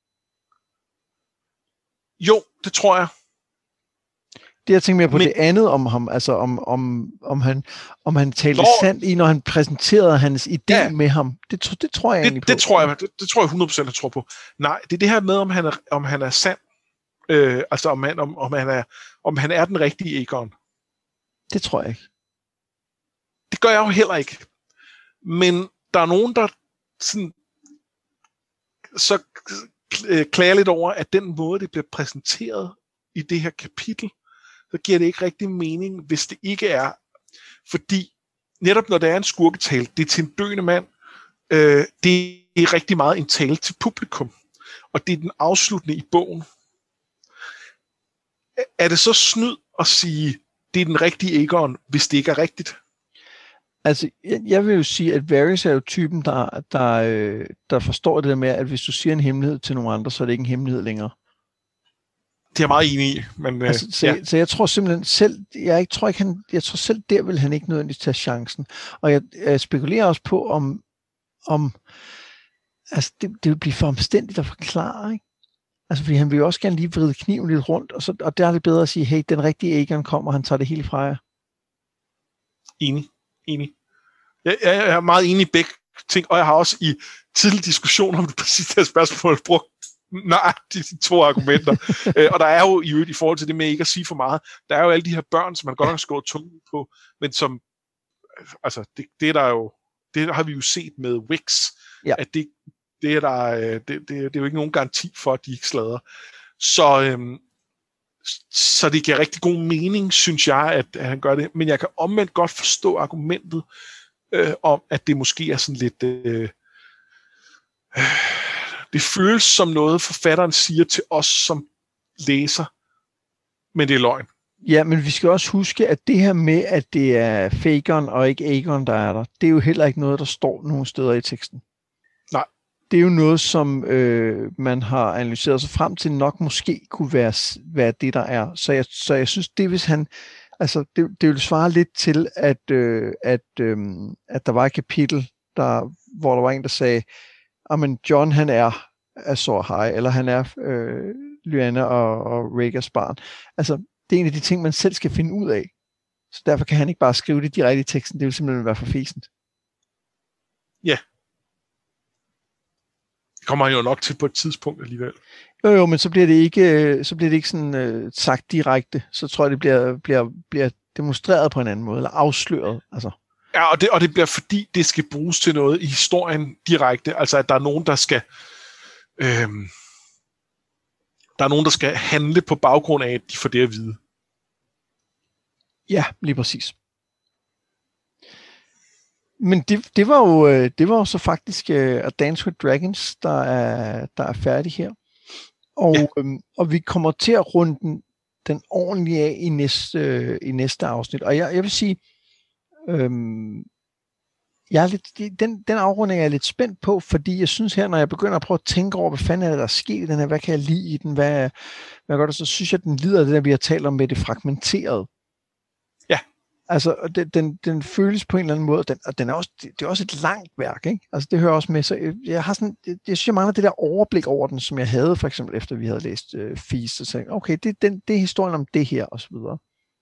Jo, det tror jeg. Det jeg tænker mere på, det andet om ham, altså om han talte sandt i, når han præsenterede hans idé med ham. Det tror jeg egentlig på. Det tror jeg 100% jeg tror på. Nej, det er det her med, om han er sand. Altså om han er den rigtige Aegon. Det tror jeg ikke. Det gør jeg jo heller ikke. Men der er nogen, der sådan, så klager lidt over, at den måde, det bliver præsenteret i det her kapitel, så giver det ikke rigtig mening, hvis det ikke er, fordi netop når det er en skurketale, det er til en døende mand, det er rigtig meget en tale til publikum, og det er den afsluttende i bogen. Er det så snyd at sige, det er den rigtige Aegon, hvis det ikke er rigtigt? Altså, jeg vil jo sige, at Varys er jo typen, der forstår det der med, at hvis du siger en hemmelighed til nogle andre, så er det ikke en hemmelighed længere. Det er jeg meget enig i. Men, så jeg tror simpelthen selv, jeg tror selv der vil han ikke nødvendigvis tage chancen. Og jeg spekulerer også på, om altså det vil blive for omstændigt at forklare, ikke? Altså, fordi han vil jo også gerne lige vride kniven lidt rundt, og der er det bedre at sige, hey, den rigtige Aegon kommer, han tager det hele fra jer. Enig. Jeg er meget enig i begge ting, og jeg har også i tidlige diskussioner om det præcis det her spørgsmål brugt de 2 argumenter. Og der er jo i forhold til det med ikke at sige for meget, der er jo alle de her børn, som man godt nok skåret tungen på, men som, altså, det er der jo, det har vi jo set med Wix, at det er jo ikke nogen garanti for, at de ikke slader. Så det giver rigtig god mening, synes jeg, at han gør det. Men jeg kan omvendt godt forstå argumentet om, at det måske er sådan lidt... det føles som noget, forfatteren siger til os som læser, men det er løgn. Ja, men vi skal også huske, at det her med, at det er Fagon og ikke Aegon, der er der, det er jo heller ikke noget, der står nogen steder i teksten. Nej. Det er jo noget, som man har analyseret sig frem til, nok måske kunne være det, der er. Så jeg synes, det hvis han... Altså, det vil svare lidt til, at der var et kapitel, hvor der var en, der sagde, men John, han er Azor Ahai, eller han er Lyanna og Rhaegars barn. Altså, det er en af de ting, man selv skal finde ud af. Så derfor kan han ikke bare skrive det direkte i teksten. Det vil simpelthen være for fæsent. Ja. Det kommer han jo nok til på et tidspunkt alligevel. Jo, men så bliver det ikke sådan sagt direkte. Så tror jeg, det bliver demonstreret på en anden måde, eller afsløret. Altså. Ja, og det bliver fordi, det skal bruges til noget i historien direkte. Altså, at der er nogen, der skal... der er nogen, der skal handle på baggrund af, at de får det at vide. Ja, lige præcis. Men det var jo så faktisk A Dance with Dragons, der er færdig her. Og vi kommer til at runde den ordentlige af i næste afsnit. Og jeg vil sige, den afrunding er jeg lidt spændt på, fordi jeg synes her, når jeg begynder at prøve at tænke over, hvad fanden er det, der er sket i den her, hvad kan jeg lide i den, hvad gør det, så synes jeg, den lider af det der, vi har talt om med det fragmenterede. Ja. Altså, den føles på en eller anden måde, og det er også et langt værk, ikke? Altså, det hører også med, så jeg har sådan, jeg synes, jeg mangler det der overblik over den, som jeg havde, for eksempel efter vi havde læst Feast, og tænkte, okay, det er historien om det her, og så videre.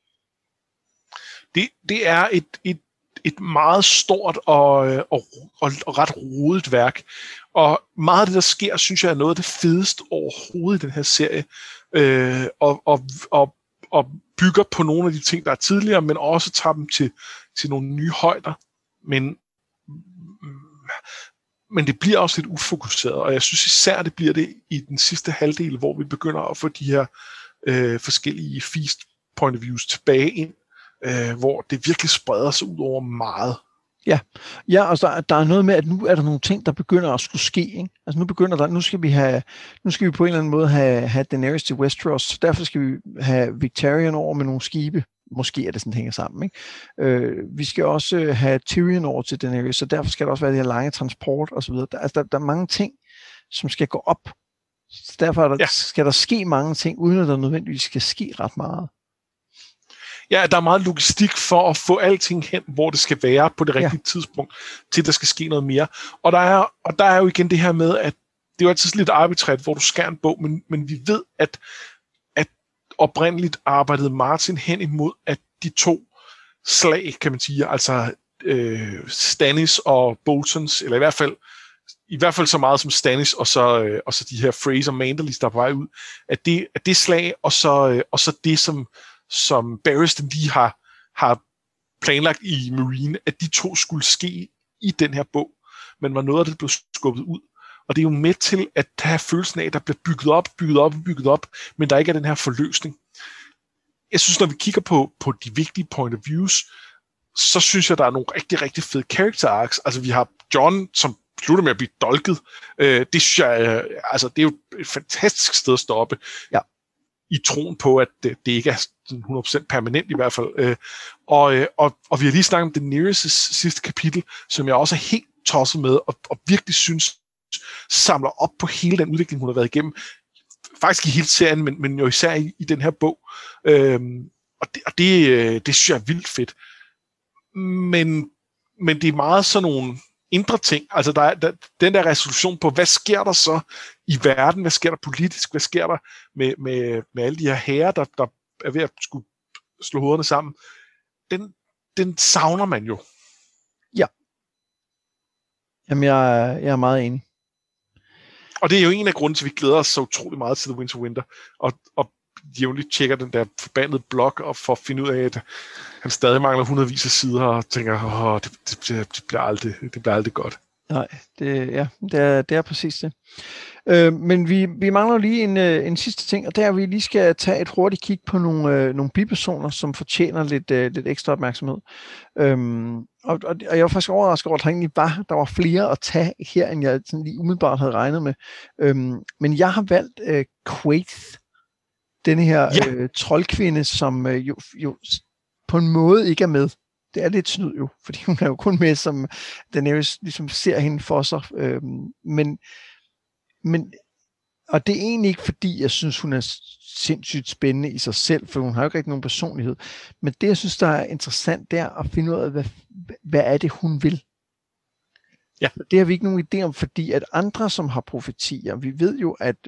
Det er et meget stort og ret rodet værk. Og meget af det, der sker, synes jeg, er noget af det fedeste overhovedet i den her serie. Og bygger på nogle af de ting, der er tidligere, men også tager dem til nogle nye højder. Men det bliver også lidt ufokuseret, og jeg synes især, det bliver det i den sidste halvdel, hvor vi begynder at få de her forskellige feast point of views tilbage ind, hvor det virkelig spreder sig ud over meget. Ja, og der er noget med, at nu er der nogle ting, der begynder at skulle ske, ikke? Altså nu skal vi på en eller anden måde have Daenerys til Westeros, så derfor skal vi have Victarion over med nogle skibe. Måske er det sådan, det hænger sammen, ikke? Vi skal også have Tyrion over til Daenerys, så derfor skal der også være det her lange transport og så videre. Der er mange ting, som skal gå op. Så derfor skal der ske mange ting, uden at der nødvendigvis skal ske ret meget. Ja, der er meget logistik for at få alting hen, hvor det skal være på det rigtige tidspunkt, til der skal ske noget mere. Og der er jo igen det her med, at det er jo altid lidt arbitrært, hvor du skærer en bog, men vi ved, at oprindeligt arbejdede Martin hen imod, at de 2 slag, kan man sige, altså Stannis og Boltons, eller i hvert fald så meget som Stannis, og så de her Frey's og Manderlys, der er på vej ud, at det slag, og så det, som Barristan lige har planlagt i Meereen, at de 2 skulle ske i den her bog, men var noget af det blev skubbet ud. Og det er jo med til at have følelsen af, at der bliver bygget op, men der ikke er den her forløsning. Jeg synes, når vi kigger på de vigtige point of views, så synes jeg, der er nogle rigtig, rigtig fede character arcs. Altså, vi har Jon, som slutter med at blive dolket. Det synes jeg, altså, det er jo et fantastisk sted at stoppe. Ja. I troen på, at det ikke er 100% permanent i hvert fald. Og vi har lige snakket om Daenerys' sidste kapitel, som jeg også er helt tosset med, og virkelig synes samler op på hele den udvikling, hun har været igennem. Faktisk i hele serien, men jo især i den her bog. Og det synes jeg er vildt fedt. Men det er meget sådan nogle indre ting. Altså den der resolution på, hvad sker der så i verden? Hvad sker der politisk? Hvad sker der med alle de her herrer, der er ved at skulle slå hovederne sammen? Den savner man jo. Ja. Jamen, jeg er meget enig. Og det er jo en af grunden til, at vi glæder os så utrolig meget til The Winter, og jævnligt tjekker den der forbandede blog, og for at finde ud af, at han stadig mangler hundredvis af sider, og tænker, det bliver aldrig godt. Nej, det er præcis det. Men vi mangler lige en sidste ting, og det er, at vi lige skal tage et hurtigt kig på nogle bipersoner, som fortjener lidt ekstra opmærksomhed. Og jeg var faktisk overrasket over, at der var flere at tage her, end jeg sådan lige umiddelbart havde regnet med. Men jeg har valgt Quaithe, denne her troldkvinde, som jo på en måde ikke er med. Det er lidt snyd jo, fordi hun er jo kun med, som Daenerys ligesom ser hende for sig. Men og det er egentlig ikke, fordi jeg synes, hun er sindssygt spændende i sig selv, for hun har jo ikke rigtig nogen personlighed. Men det, jeg synes, der er interessant, det er at finde ud af, hvad er det, hun vil. Ja. Det har vi ikke nogen idé om, fordi at andre, som har profetier, vi ved jo, at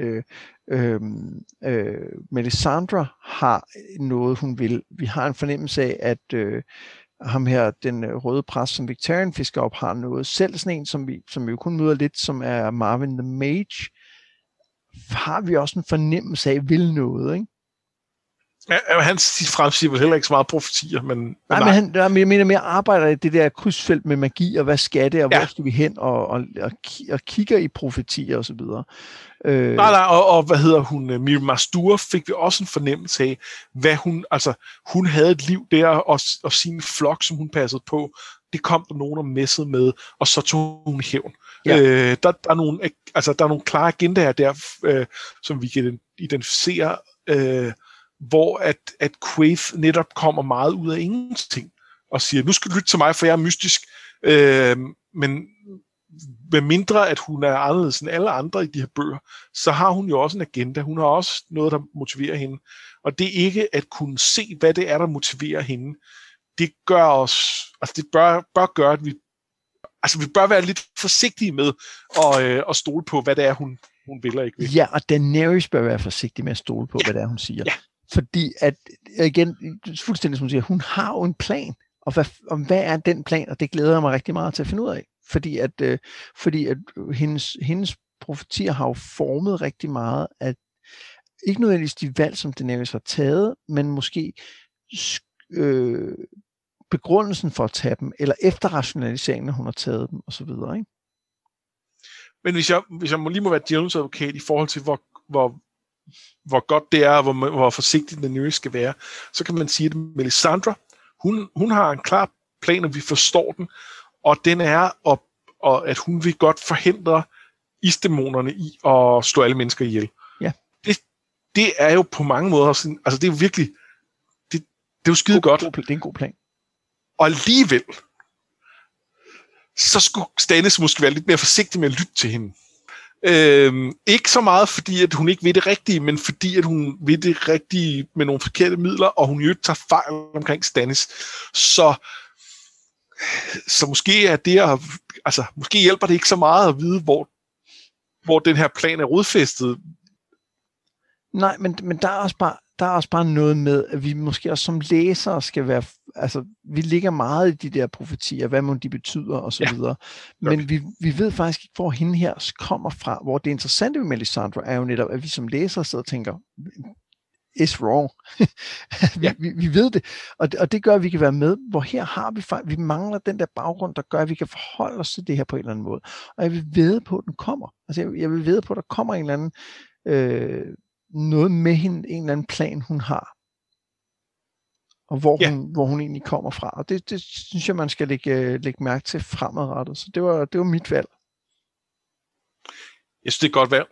Melisandre har noget, hun vil. Vi har en fornemmelse af, at ham her, den røde præst, som Victarion fisker op, har noget. Selv sådan en, som vi jo kun møder lidt, som er Marvin the Mage, har vi også en fornemmelse af, vil noget, ikke? Ja, han fremsiger vel heller ikke så meget profetier, men... Nej, men han mener mere arbejder i det der krydsfelt med magi, og hvad skal det, og hvor skal vi hen, og kigger i profetier, og så videre. Nej, og hvad hedder hun? Mir Mastur fik vi også en fornemmelse af, hvad hun havde et liv der, og sin flok, som hun passede på, det kom der nogen og messede med, og så tog hun hævn. Ja. Der er nogle klare agendaer der, som vi kan identificere, hvor at Quaithe netop kommer meget ud af ingenting, og siger, nu skal du lytte til mig, for jeg er mystisk, men med mindre, at hun er anderledes end alle andre i de her bøger, så har hun jo også en agenda. Hun har også noget, der motiverer hende. Og det er ikke at kunne se, hvad det er, der motiverer hende. Det gør os, altså det bør gøre, at vi bør være lidt forsigtige med at stole på, hvad det er, hun vil og ikke vil. Ja, og Daenerys bør være forsigtig med at stole på, hvad det er, hun siger. Ja. Fordi at, igen, fuldstændig som hun siger, hun har jo en plan. Og hvad er den plan? Og det glæder jeg mig rigtig meget til at finde ud af. Fordi at hendes profetier har jo formet rigtig meget, at ikke nødvendigvis de valg, som Daenerys har taget, men måske begrundelsen for at tage dem, eller efterrationaliseringen, når hun har taget dem, og så videre, ikke? Men hvis jeg lige må være djævelens advokat i forhold til, hvor godt det er, og hvor forsigtig Daenerys skal være, så kan man sige, at Melisandre, hun har en klar plan, og vi forstår den, og den er, at hun vil godt forhindre isdæmonerne i at slå alle mennesker ihjel. Ja. Det er jo på mange måder sådan, altså det er jo virkelig, det er jo skide godt. Det er en god plan. Og alligevel, så skulle Stannis måske være lidt mere forsigtig med at lytte til hende. Ikke så meget fordi, at hun ikke ved det rigtige, men fordi, at hun ved det rigtige med nogle forkerte midler, og hun jo ikke tager fejl omkring Stannis. Så måske er det måske hjælper det ikke så meget at vide, hvor den her plan er rodfæstet. Nej, men der er også bare noget med, at vi måske også som læsere skal være, altså vi ligger meget i de der profetier, hvad må de betyder og så videre. Men vi ved faktisk ikke, hvor hende her kommer fra. Hvor det interessante ved Melisandre er jo netop, at vi som læsere sidder og tænker, is wrong. vi ved det, og det gør, at vi kan være med, hvor her har vi mangler den der baggrund, der gør, at vi kan forholde os til det her på en eller anden måde. Og jeg vil vædde på, at den kommer. Altså jeg vil vædde på, at der kommer en eller anden noget med hende, en eller anden plan, hun har. og hvor hun egentlig kommer fra. Og det synes jeg, man skal lægge mærke til fremadrettet. Så det var mit valg. Jeg synes, det er et godt valg.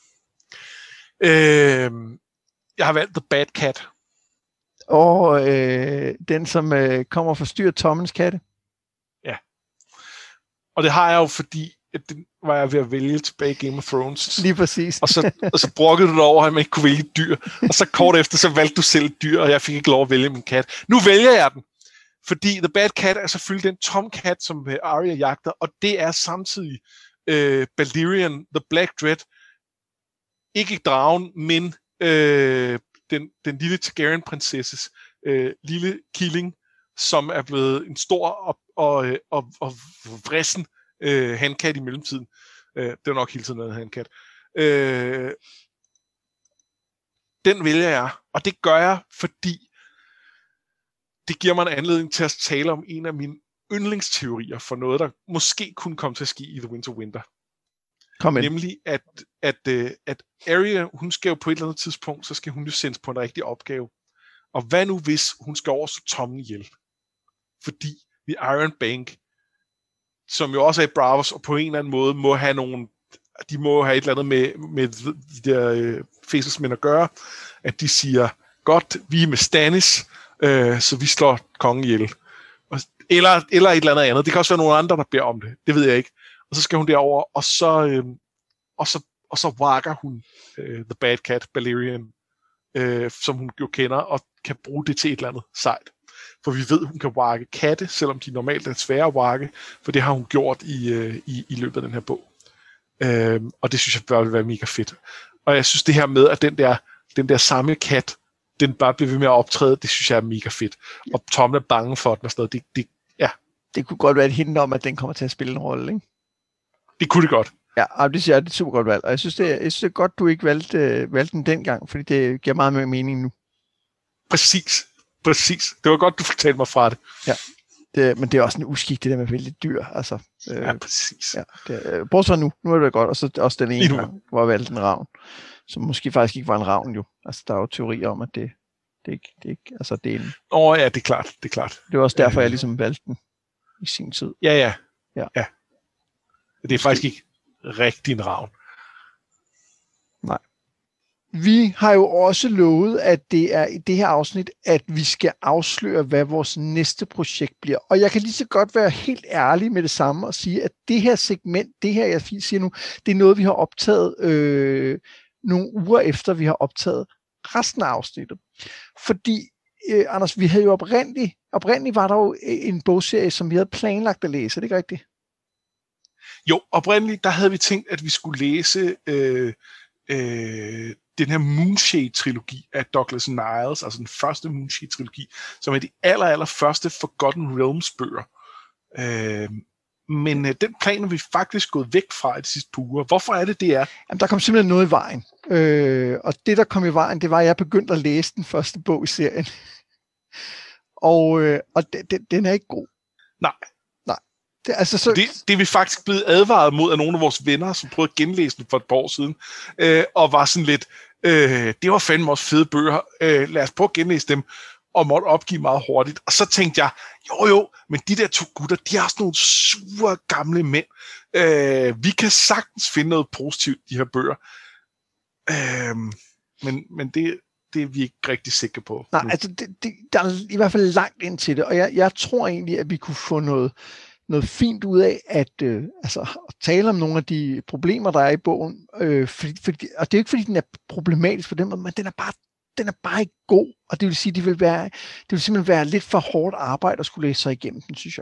Jeg har valgt The Bad Cat. Og den, som kommer og forstyrrer Tommens katte. Ja. Og det har jeg jo, fordi at den var jeg ved at vælge tilbage i Game of Thrones. Lige præcis. og så brokkede du dig over, at man ikke kunne vælge et dyr. Og så kort efter, så valgte du selv et dyr, og jeg fik ikke lov at vælge min kat. Nu vælger jeg den. Fordi The Bad Cat er selvfølgelig den tomcat, som Arya jagter, og det er samtidig Balerion, The Black Dread. Ikke dragen, men den lille Targaryen-prinsesses lille killing, som er blevet en stor og vrissen handkat i mellemtiden. Det er nok hele tiden noget handkat. Den vælger jeg, og det gør jeg, fordi det giver mig en anledning til at tale om en af mine yndlingsteorier for noget, der måske kunne komme til at ske i The Winds of Winter. Nemlig, at Arya, hun skal jo på et eller andet tidspunkt, så skal hun jo sendes på en rigtig opgave. Og hvad nu, hvis hun skal over så Tommen ihjel? Fordi The Iron Bank, som jo også er i Bravos, og på en eller anden måde må have de må have et eller andet med de der fængselsmænd at gøre, at de siger, godt, vi er med Stannis, så vi slår kongen ihjel. Eller et eller andet. Det kan også være nogle andre, der beder om det. Det ved jeg ikke. Og så skal hun derover, og så wagger hun The Bad Cat, Balerion, som hun jo kender, og kan bruge det til et eller andet sejt. For vi ved, hun kan wagge katte, selvom de normalt er svære at wagge, for det har hun gjort i løbet af den her bog. Og det synes jeg bør være mega fedt. Og jeg synes det her med, at den der samme kat, den bare bliver ved med at optræde, det synes jeg er mega fedt. Og Tom er bange for den og sådan noget. Det kunne godt være et hint om, at den kommer til at spille en rolle, ikke? Det kunne det godt. Ja, det siger jeg, det er et super godt valg. Og jeg synes, det er godt, du ikke valgte den dengang, fordi det giver meget mere mening nu. Præcis. Det var godt, du fortalte mig fra det. Ja, men det er også en uskik, det der med at vælge dyr. Altså, ja, præcis. Ja, bortset nu er det godt. Og så også den ene gang, hvor jeg valgte en ravn, som måske faktisk ikke var en ravn jo. Altså, der er jo teorier om, at det ikke altså, det er en... Ja, det er klart. Det var også derfor, jeg ligesom valgte den i sin tid. Ja. Det er faktisk ikke rigtig en ravn. Nej. Vi har jo også lovet, at det er i det her afsnit, at vi skal afsløre, hvad vores næste projekt bliver. Og jeg kan lige så godt være helt ærlig med det samme og sige, at det her segment, det her jeg siger nu, det er noget, vi har optaget nogle uger efter, vi har optaget resten af afsnittet. Fordi, Anders, vi havde jo oprindeligt var der jo en bogserie, som vi havde planlagt at læse, er det ikke rigtigt? Jo, oprindeligt, der havde vi tænkt, at vi skulle læse den her Moonshade-trilogi af Douglas Niles, altså den første Moonshade-trilogi, som er de aller første Forgotten Realms-bøger. Men den plan er vi faktisk gået væk fra i de sidste par uger. Hvorfor er det, det er? Jamen, der kom simpelthen noget i vejen. Og det, der kom i vejen, det var, at jeg begyndte at læse den første bog i serien. og den er ikke god. Nej. Det er vi faktisk blevet advaret mod af nogle af vores venner, som prøvede at genlæse den for et par år siden, og var sådan lidt, det var fandme også fede bøger, lad os prøve at genlæse dem, og måtte opgive meget hurtigt. Og så tænkte jeg, jo, men de der to gutter, de er også nogle sure gamle mænd. Vi kan sagtens finde noget positivt i de her bøger. Men det er vi ikke rigtig sikre på. Nej, altså der er i hvert fald langt ind til det, og jeg tror egentlig, at vi kunne få noget fint ud af at tale om nogle af de problemer, der er i bogen. Fordi, og det er ikke, fordi den er problematisk på den måde, men den er bare ikke god. Og det vil sige, det vil simpelthen være lidt for hårdt arbejde at skulle læse sig igennem den, synes jeg.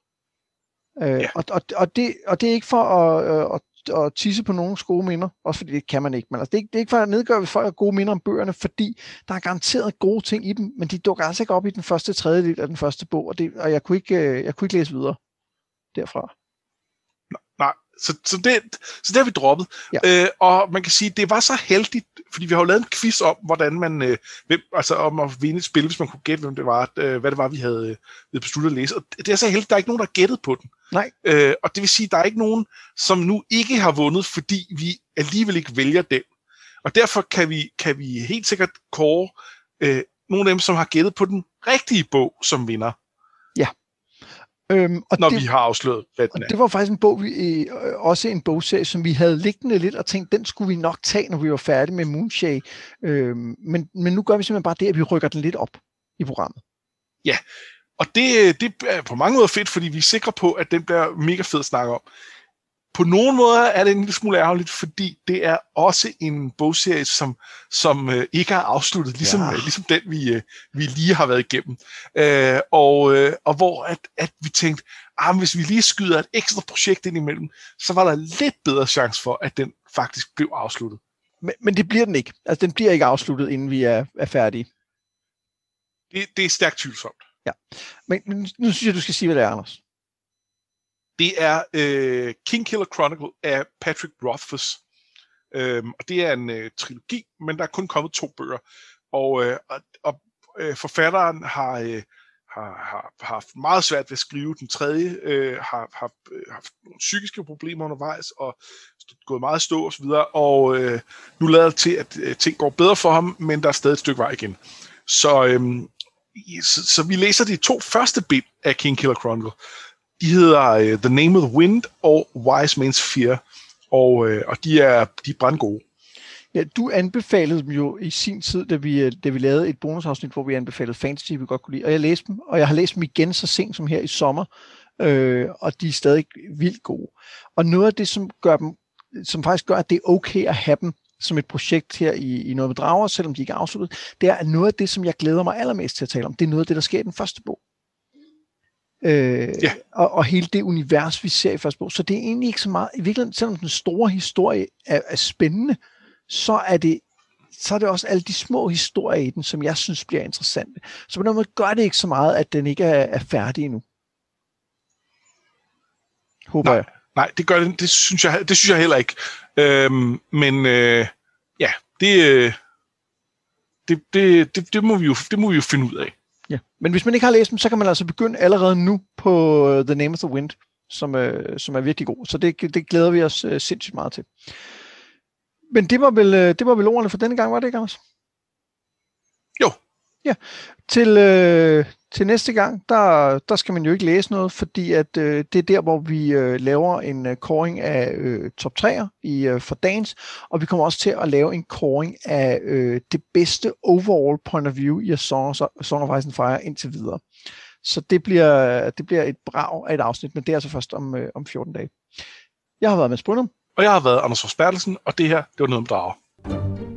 Og det er ikke for at tisse på nogle gode minder, også fordi det kan man ikke. Men altså, det er ikke for at nedgøre, hvis folk har gode minder om bøgerne, fordi der er garanteret gode ting i dem, men de dukker altså ikke op i den første tredjedel af den første bog, og jeg kunne ikke læse videre derfra. Nej, så det har vi droppet. Ja. Og man kan sige, det var så heldigt, fordi vi har jo lavet en quiz om, hvordan man, om at vinde et spil, hvis man kunne gætte, hvad det var, vi havde besluttet at læse. Og det er så heldigt, der er ikke nogen, der har gættet på den. Nej. Og det vil sige, der er ikke nogen, som nu ikke har vundet, fordi vi alligevel ikke vælger den. Og derfor kan vi helt sikkert kåre nogle af dem, som har gættet på den rigtige bog, som vinder. Ja. Når vi har afsløret, hvad den er. Det var faktisk en bog, også en bogserie, som vi havde liggende lidt og tænkt, den skulle vi nok tage, når vi var færdige med Moonshade. Men nu gør vi simpelthen bare det, at vi rykker den lidt op i programmet. Ja, og det er på mange måder fedt, fordi vi er sikre på, at den bliver mega fed at snakke om. På nogle måder er det en lille smule ærgerligt, fordi det er også en bogserie, som ikke er afsluttet, ligesom den, vi lige har været igennem. Og hvor at vi tænkte, hvis vi lige skyder et ekstra projekt ind imellem, så var der lidt bedre chance for, at den faktisk blev afsluttet. Men det bliver den ikke. Altså, den bliver ikke afsluttet, inden vi er færdige. Det er stærkt tvivlsomt. Ja. Men nu synes jeg, du skal sige, hvad det er, Anders. Det er Kingkiller Chronicle af Patrick Rothfuss. Og det er en trilogi, men der er kun kommet 2 bøger. Og forfatteren har haft meget svært ved at skrive. Den tredje har haft nogle psykiske problemer undervejs, og gået meget stå og så videre. Og nu lader det til, at ting går bedre for ham, men der er stadig et stykke vej igen. Så vi læser de 2 første bind af Kingkiller Chronicle. De hedder The Name of the Wind og Wise Man's Fear, og de er brandgode. Ja, du anbefalede dem jo i sin tid, da vi lavede et bonusafsnit, hvor vi anbefalede fantasy, vi godt kunne lide, og jeg læste dem, og jeg har læst dem igen så sent som her i sommer, og de er stadig vildt gode. Og noget af det, som faktisk gør, at det er okay at have dem som et projekt her i Noget med Drager, selvom de ikke er afsluttet, det er, at noget af det, som jeg glæder mig allermest til at tale om, det er noget af det, der sker i den første bog. Og hele det univers, vi ser i første bog. Så det er egentlig ikke så meget, i virkeligheden, selvom den store historie er spændende, så er det også alle de små historier i den, som jeg synes bliver interessante. Så på den måde gør det ikke så meget, at den ikke er færdig endnu. Håber jeg. Nej, det gør det. Det synes jeg heller ikke. Det må vi jo finde ud af. Ja. Men hvis man ikke har læst dem, så kan man altså begynde allerede nu på The Name of the Wind, som er virkelig god. Så det glæder vi os sindssygt meget til. Men det var vel ordene for denne gang, var det ikke, Anders? Jo. Ja. Til næste gang, der skal man jo ikke læse noget, fordi at det er der, hvor vi laver en kåring af top 3'er for dagens, og vi kommer også til at lave en kåring af det bedste overall point of view i Song of Ice and Fire indtil videre. Så det bliver et brag af et afsnit, men det er altså først om 14 dage. Jeg har været med Brynum. Og jeg har været Anders Forsbergelsen, og det her, det var Noget om Drager.